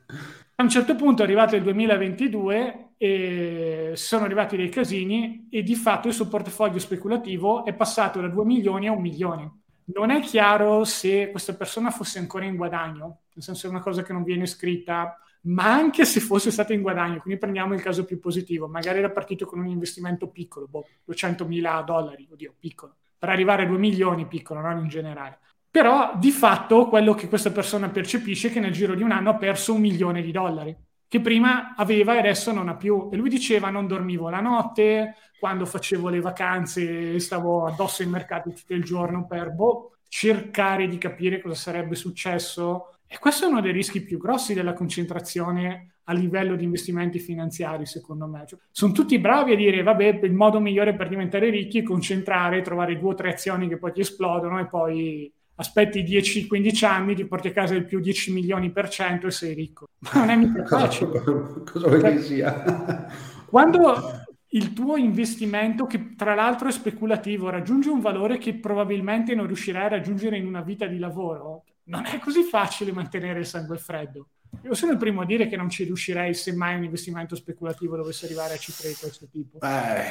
A un certo punto è arrivato il 2022 e sono arrivati dei casini e di fatto il suo portafoglio speculativo è passato da 2 milioni a 1 milione. Non è chiaro se questa persona fosse ancora in guadagno, nel senso è una cosa che non viene scritta, ma anche se fosse stata in guadagno, quindi prendiamo il caso più positivo, magari era partito con un investimento piccolo, $200.000, oddio, piccolo, per arrivare a 2 milioni piccolo, non in generale. Però di fatto quello che questa persona percepisce è che nel giro di un anno ha perso $1 milione, che prima aveva e adesso non ha più. E lui diceva non dormivo la notte, quando facevo le vacanze stavo addosso ai mercati tutto il giorno per cercare di capire cosa sarebbe successo. E questo è uno dei rischi più grossi della concentrazione a livello di investimenti finanziari, secondo me. Cioè, sono tutti bravi a dire, vabbè, il modo migliore per diventare ricchi è concentrare, trovare 2 o 3 azioni che poi ti esplodono e poi aspetti 10-15 anni, ti porti a casa il più 10 milioni % e sei ricco. Ma non è mica facile. Cosa vuoi che sia? Quando il tuo investimento, che tra l'altro è speculativo, raggiunge un valore che probabilmente non riuscirai a raggiungere in una vita di lavoro, non è così facile mantenere il sangue freddo. Io sono il primo a dire che non ci riuscirei se mai un investimento speculativo dovesse arrivare a cifre di questo tipo.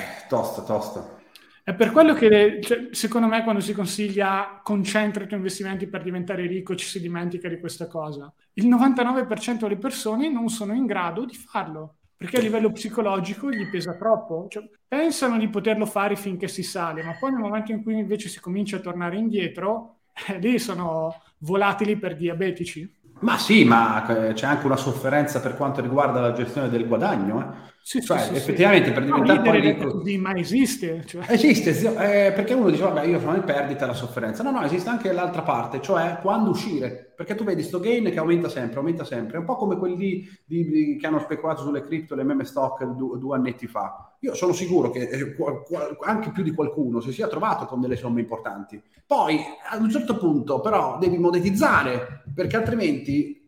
Tosta. È per quello che, secondo me, quando si consiglia concentra i tuoi investimenti per diventare ricco, ci si dimentica di questa cosa. Il 99% delle persone non sono in grado di farlo, perché a livello psicologico gli pesa troppo. Cioè, pensano di poterlo fare finché si sale, ma poi nel momento in cui invece si comincia a tornare indietro, lì sono volatili per diabetici. Ma sì, ma c'è anche una sofferenza per quanto riguarda la gestione del guadagno. Sì, effettivamente per diventare poi ricco... così, ma esiste. Esiste, perché uno dice, vabbè, io sono in perdita, la sofferenza. No, esiste anche l'altra parte, cioè quando uscire. Perché tu vedi sto gain che aumenta sempre. È un po' come quelli che hanno speculato sulle cripto, le meme stock 2 annetti fa. Io sono sicuro che anche più di qualcuno si sia trovato con delle somme importanti. Poi, ad un certo punto, però, devi monetizzare, perché altrimenti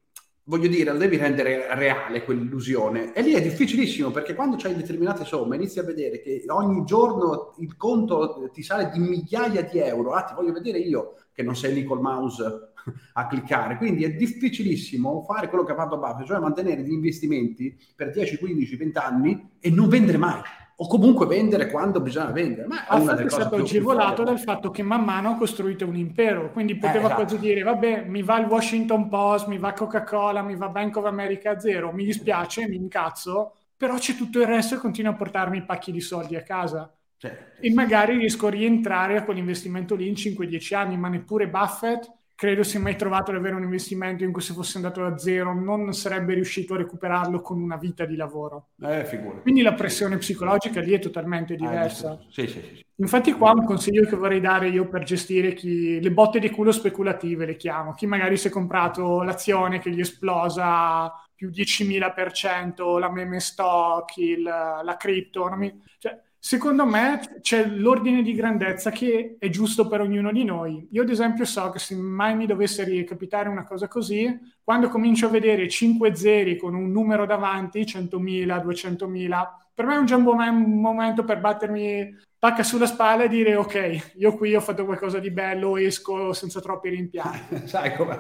voglio dire, lo devi rendere reale quell'illusione. E lì è difficilissimo, perché quando c'hai determinate somme inizi a vedere che ogni giorno il conto ti sale di migliaia di euro. Ti voglio vedere io che non sei lì col mouse a cliccare. Quindi è difficilissimo fare quello che ha fatto Buffett, cioè mantenere gli investimenti per 10, 15, 20 anni e non vendere mai. O comunque vendere quando bisogna vendere. Ma è stato agevolato dal fatto che man mano ha costruito un impero, quindi poteva quasi dire, vabbè, mi va il Washington Post, mi va Coca-Cola, mi va Bank of America zero, mi dispiace, mi incazzo, però c'è tutto il resto e continua a portarmi i pacchi di soldi a casa. E magari riesco a rientrare a quell'investimento lì in 5-10 anni, ma neppure Buffett credo si è mai trovato ad avere un investimento in cui se fosse andato da zero non sarebbe riuscito a recuperarlo con una vita di lavoro. Quindi la pressione psicologica lì è totalmente diversa. Sì. Infatti qua un consiglio che vorrei dare io per gestire le botte di culo speculative, le chiamo. Chi magari si è comprato l'azione che gli esplosa più 10.000%, la meme stock, la cripto, secondo me c'è l'ordine di grandezza che è giusto per ognuno di noi. Io ad esempio so che se mai mi dovesse ricapitare una cosa così, quando comincio a vedere 5 zeri con un numero davanti, 100.000, 200.000, per me è un già un momento per battermi pacca sulla spalla e dire ok, io qui ho fatto qualcosa di bello, esco senza troppi rimpianti. Sai com'è?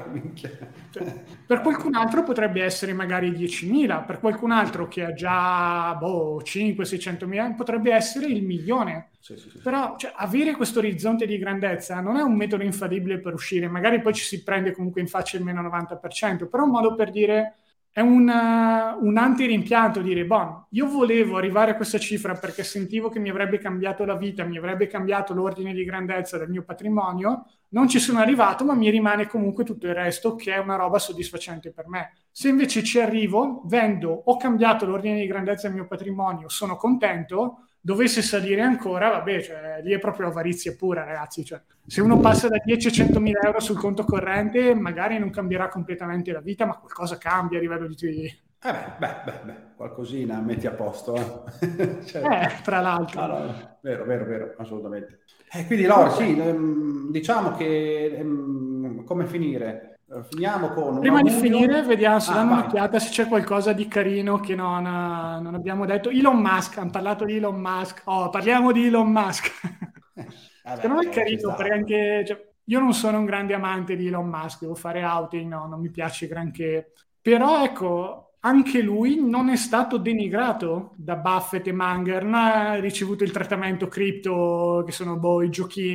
Per qualcun altro potrebbe essere magari 10.000, per qualcun altro che ha già 500-600.000 potrebbe essere il milione. Sì. Però avere questo orizzonte di grandezza non è un metodo infallibile per uscire, magari poi ci si prende comunque in faccia il meno 90%, però è un modo per dire è un antirimpianto, dire io volevo arrivare a questa cifra perché sentivo che mi avrebbe cambiato la vita, mi avrebbe cambiato l'ordine di grandezza del mio patrimonio, non ci sono arrivato ma mi rimane comunque tutto il resto che è una roba soddisfacente per me. Se invece ci arrivo, vendo, ho cambiato l'ordine di grandezza del mio patrimonio, sono contento, dovesse salire ancora, lì è proprio avarizia pura, ragazzi. Se uno passa da 10 a 100.000 euro sul conto corrente, magari non cambierà completamente la vita, ma qualcosa cambia a livello di... qualcosina metti a posto. Tra l'altro. No, vero, assolutamente. Quindi Laura, sì, diciamo che come finire? Finiamo con prima di finire vediamo se danno un'occhiata se c'è qualcosa di carino che non abbiamo detto. Elon Musk, hanno parlato di Elon Musk, parliamo di Elon Musk. Secondo me è carino perché anche io non sono un grande amante di Elon Musk, devo fare outing, non mi piace granché, però ecco, anche lui non è stato denigrato da Buffett e Munger, non ha ricevuto il trattamento cripto che sono i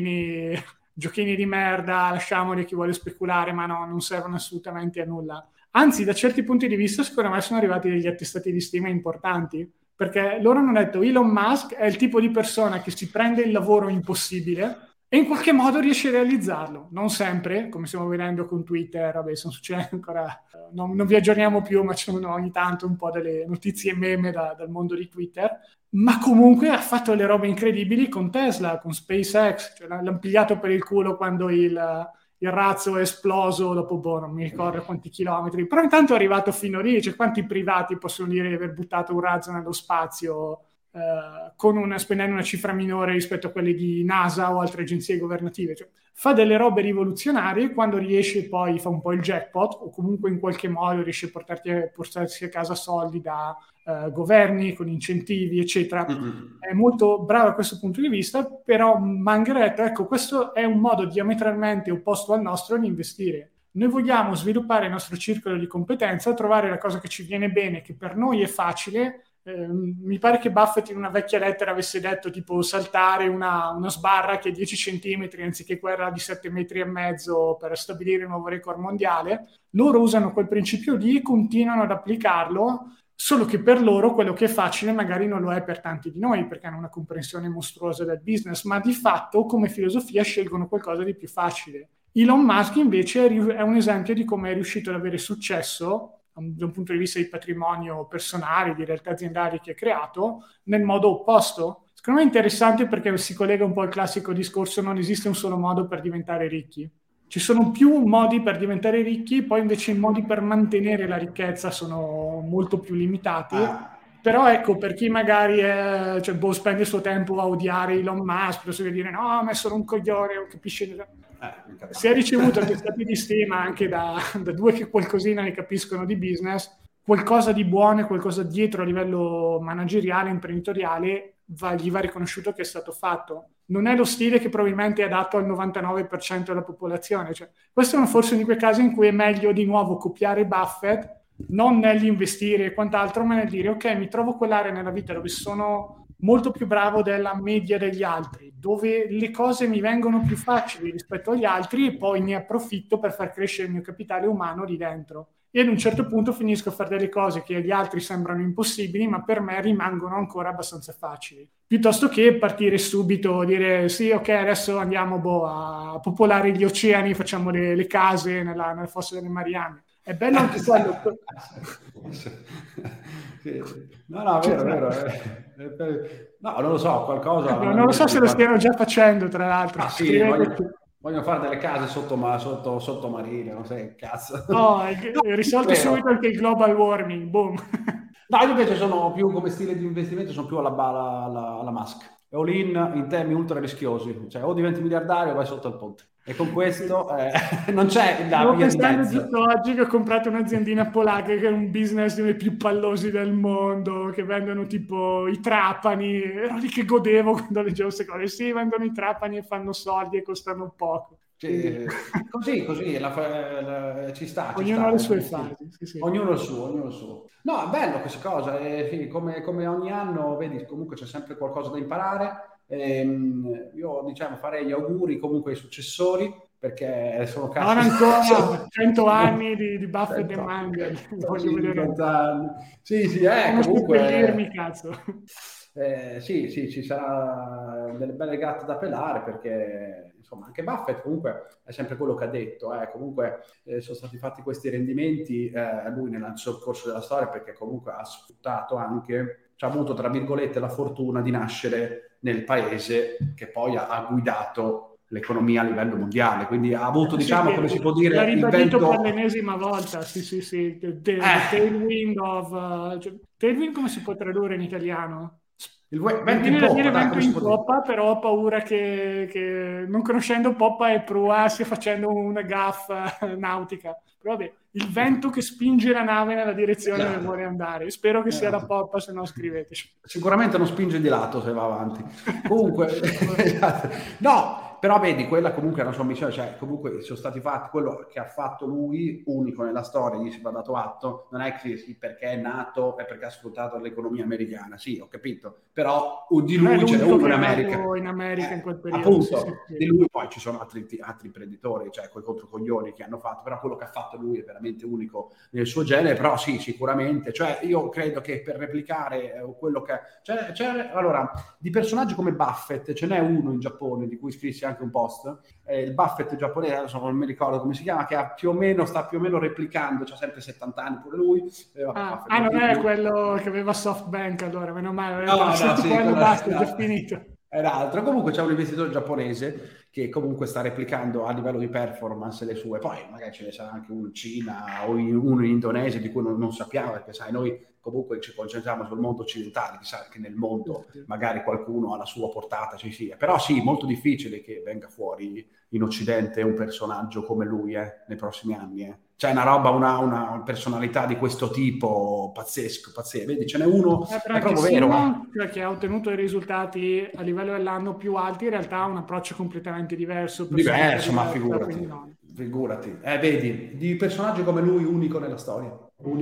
giochini di merda, lasciamoli a chi vuole speculare, ma non servono assolutamente a nulla. Anzi, da certi punti di vista, secondo me sono arrivati degli attestati di stima importanti, perché loro hanno detto Elon Musk è il tipo di persona che si prende il lavoro impossibile e in qualche modo riesce a realizzarlo. Non sempre, come stiamo vedendo con Twitter, sono successe ancora, non vi aggiorniamo più, ma ci sono ogni tanto un po' delle notizie meme dal mondo di Twitter. Ma comunque ha fatto le robe incredibili con Tesla, con SpaceX, l'hanno pigliato per il culo quando il razzo è esploso dopo, non mi ricordo quanti chilometri, però intanto è arrivato fino lì, quanti privati possono dire di aver buttato un razzo nello spazio spendendo una cifra minore rispetto a quelle di NASA o altre agenzie governative. Fa delle robe rivoluzionarie, quando riesce poi fa un po' il jackpot o comunque in qualche modo riesce a portarsi a casa soldi da governi con incentivi eccetera. È molto bravo a questo punto di vista, però Munger ha detto ecco, questo è un modo diametralmente opposto al nostro di investire. Noi vogliamo sviluppare il nostro circolo di competenza, trovare la cosa che ci viene bene, che per noi è facile. Mi pare che Buffett in una vecchia lettera avesse detto tipo saltare una sbarra che è 10 centimetri anziché quella di 7,5 metri per stabilire un nuovo record mondiale. Loro usano quel principio lì e continuano ad applicarlo, solo che per loro quello che è facile magari non lo è per tanti di noi perché hanno una comprensione mostruosa del business, ma di fatto come filosofia scelgono qualcosa di più facile. Elon Musk invece è un esempio di come è riuscito ad avere successo da un punto di vista di patrimonio personale, di realtà aziendali che ha creato, nel modo opposto. Secondo me è interessante perché si collega un po' al classico discorso non esiste un solo modo per diventare ricchi. Ci sono più modi per diventare ricchi, poi invece i modi per mantenere la ricchezza sono molto più limitati. Però ecco, per chi magari spende il suo tempo a odiare Elon Musk, per dire no, ma è solo un coglione, non capisce. se hai ricevuto attestati di stima anche da due che qualcosina ne capiscono di business, qualcosa di buono e qualcosa dietro a livello manageriale, imprenditoriale, gli va riconosciuto che è stato fatto. Non è lo stile che probabilmente è adatto al 99% della popolazione. Cioè, questo è forse uno di quei casi in cui è meglio di nuovo copiare Buffett, non nell'investire e quant'altro, ma nel dire ok, mi trovo quell'area nella vita dove sono molto più bravo della media degli altri, dove le cose mi vengono più facili rispetto agli altri e poi ne approfitto per far crescere il mio capitale umano lì dentro. E ad un certo punto finisco a fare delle cose che agli altri sembrano impossibili, ma per me rimangono ancora abbastanza facili. Piuttosto che partire subito, dire sì, ok, adesso andiamo a popolare gli oceani, facciamo le case nella fossa delle Marianne. È bello anche quello. No, vero. No, non lo so, qualcosa... non lo so se lo stiano già facendo, tra l'altro. Ah sì, vogliono fare delle case sottomarine, non sai, cazzo. No, risolto subito anche il global warming, boom. No, io invece sono più come stile di investimento, sono più alla Musk. All in temi ultra rischiosi, cioè o diventi miliardario o vai sotto il ponte. E con questo non c'è la via di mezzo. Giusto oggi che ho comprato un'aziendina polacca che è un business dei più pallosi del mondo, che vendono tipo i trapani. Ero lì che godevo quando leggevo queste cose. Sì, vendono i trapani e fanno soldi e costano poco. Così ci sta. Ognuno ha le sue fasi. Sì. Ognuno il suo. No, è bello questa cosa. Come ogni anno, vedi, comunque c'è sempre qualcosa da imparare. Io farei gli auguri comunque ai successori, perché sono non ancora 100 anni di Buffett e Munger. Voglio vedere. Sì, comunque cazzo. Sì, ci sarà delle belle gatte da pelare, perché insomma anche Buffett comunque è sempre quello che ha detto, comunque sono stati fatti questi rendimenti lui nel corso della storia, perché comunque ha sfruttato anche, ha avuto tra virgolette la fortuna di nascere nel paese che poi ha guidato l'economia a livello mondiale, quindi ha avuto, come si può dire, l'ha ribadito per l'ennesima volta, sì. Tailwind tailwind come si può tradurre in italiano? Il vento in poppa, però ho paura che non conoscendo poppa e prua stia facendo una gaffa nautica. Però vabbè, il vento che spinge la nave nella direzione dove vuole andare. Spero che sia la poppa, se no scriveteci. Sicuramente non spinge di lato se va avanti. Comunque, no, però vedi, quella comunque è una sua ambizione, cioè comunque sono stati fatti, quello che ha fatto lui, unico nella storia, gli si va dato atto, non è che perché è nato e perché ha sfruttato l'economia americana, sì, ho capito, però di lui ce n'è uno in America. In America in quel periodo. Appunto, sì. Di lui poi ci sono altri imprenditori, cioè quei controcoglioni che hanno fatto, però quello che ha fatto lui è veramente unico nel suo genere, però sì, sicuramente, cioè io credo che per replicare quello che... allora, di personaggi come Buffett, ce n'è uno in Giappone, di cui scrissi anche un post, il Buffett giapponese, adesso non mi ricordo come si chiama, che sta più o meno replicando, c'ha sempre 70 anni pure lui. Non è quello che aveva SoftBank, allora, meno male, basta, è già finito. È l'altro. Comunque c'è un investitore giapponese che comunque sta replicando a livello di performance le sue, poi magari ce ne sarà anche uno in Cina o uno in Indonesia di cui non sappiamo, perché sai, noi comunque ci concentriamo sul mondo occidentale, chissà che nel mondo magari qualcuno alla sua portata ci sia, però sì, molto difficile che venga fuori in Occidente un personaggio come lui nei prossimi anni. C'è una roba, una personalità di questo tipo pazzesco, vedi, ce n'è uno, è proprio vero. Che ha ottenuto i risultati a livello dell'anno più alti, in realtà ha un approccio completamente diverso. Ma figurati. Vedi, di personaggi come lui unico nella storia.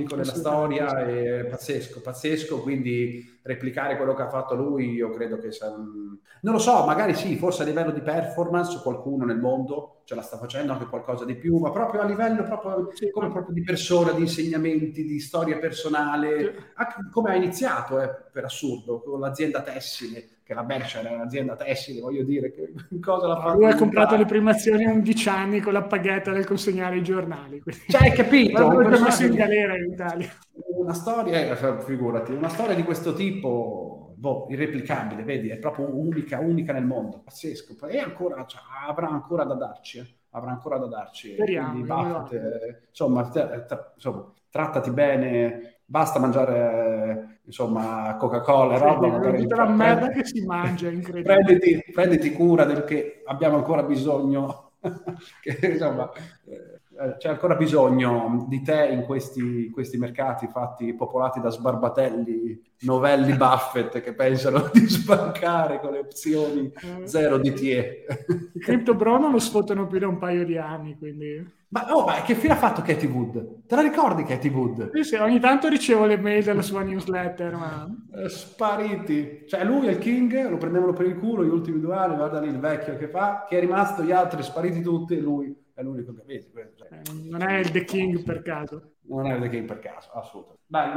È pazzesco, quindi replicare quello che ha fatto lui, io credo che non lo so, magari sì, forse a livello di performance qualcuno nel mondo ce la sta facendo anche qualcosa di più, ma proprio a livello proprio di persona, di insegnamenti, di storia personale, come ha iniziato per assurdo con l'azienda tessile, che la Berkshire è un'azienda tessile, voglio dire, che cosa l'ha fatto? Lui ha comprato le prime azioni a 11 anni con la paghetta del consegnare i giornali. Quindi... Cioè, hai capito? L'ho messo in galera in Italia. Una storia, figurati, una storia di questo tipo, irreplicabile, vedi, è proprio unica nel mondo, pazzesco, e ancora avrà ancora da darci. Speriamo, quindi Buffett, insomma, trattati bene, basta mangiare Coca-Cola, roba. Tutta la merda che si mangia, incredibile. Prenditi cura del che abbiamo ancora bisogno che, insomma, c'è ancora bisogno di te in questi mercati popolati da sbarbatelli, novelli Buffett che pensano di sbancare con le opzioni 0 DTE. Il Crypto Bro non lo sfruttano più da un paio di anni, quindi... Ma che fine ha fatto Katie Wood? Te la ricordi Katie Wood? Sì, ogni tanto ricevo le mail della sua newsletter, ma... Spariti. Cioè lui e il King lo prendevano per il culo gli ultimi 2 anni, guarda lì il vecchio che fa, che è rimasto, gli altri spariti tutti, e lui è l'unico che vedi. Non è il The King per caso. Non è il The King per caso, assolutamente. Bello.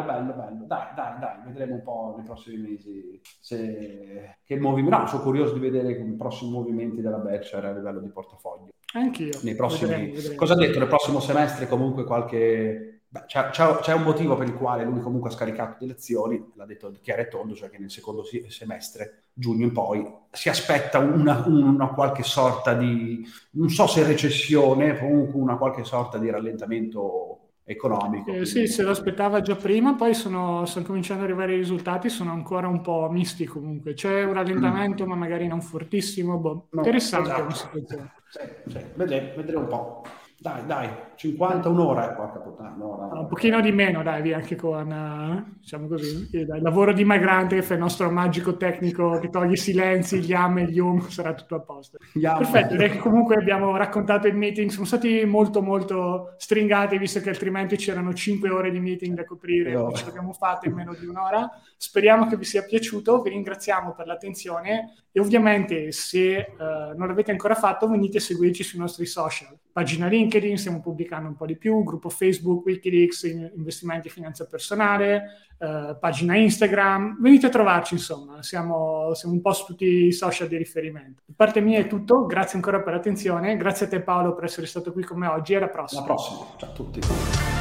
Dai, vedremo un po' nei prossimi mesi che movimento. No, sono curioso di vedere i prossimi movimenti della Berkshire a livello di portafoglio. Anch'io. Nei prossimi... Vedremo. Cosa ha detto? Nel prossimo semestre comunque qualche... C'è un motivo per il quale lui comunque ha scaricato delle azioni, l'ha detto chiaro e tondo, cioè che nel secondo semestre, giugno in poi, si aspetta una qualche sorta di, non so se recessione, comunque una qualche sorta di rallentamento economico. Sì, se lo aspettava già prima, poi stanno cominciando ad arrivare i risultati, sono ancora un po' misti comunque. C'è un rallentamento, ma magari non fortissimo. No, interessante la situazione. Sì, vedremo un po'. Dai, 50, un'ora, porca puttana, un pochino di meno, dai, anche con, diciamo così, il lavoro di migrante che fa il nostro magico tecnico che toglie i silenzi, gli am e gli sarà tutto a posto. Perfetto, direi che comunque abbiamo raccontato il meeting, sono stati molto molto stringati, visto che altrimenti c'erano 5 ore di meeting da coprire, ce l'abbiamo fatto in meno di un'ora. Speriamo che vi sia piaciuto, vi ringraziamo per l'attenzione e ovviamente se non l'avete ancora fatto venite a seguirci sui nostri social, pagina LinkedIn, stiamo pubblicando un po' di più, gruppo Facebook, Wikileaks, investimenti e finanza personale, pagina Instagram, venite a trovarci insomma, siamo un po' su tutti i social di riferimento. Da parte mia è tutto, grazie ancora per l'attenzione, grazie a te Paolo per essere stato qui con me oggi e alla prossima. Ciao a tutti.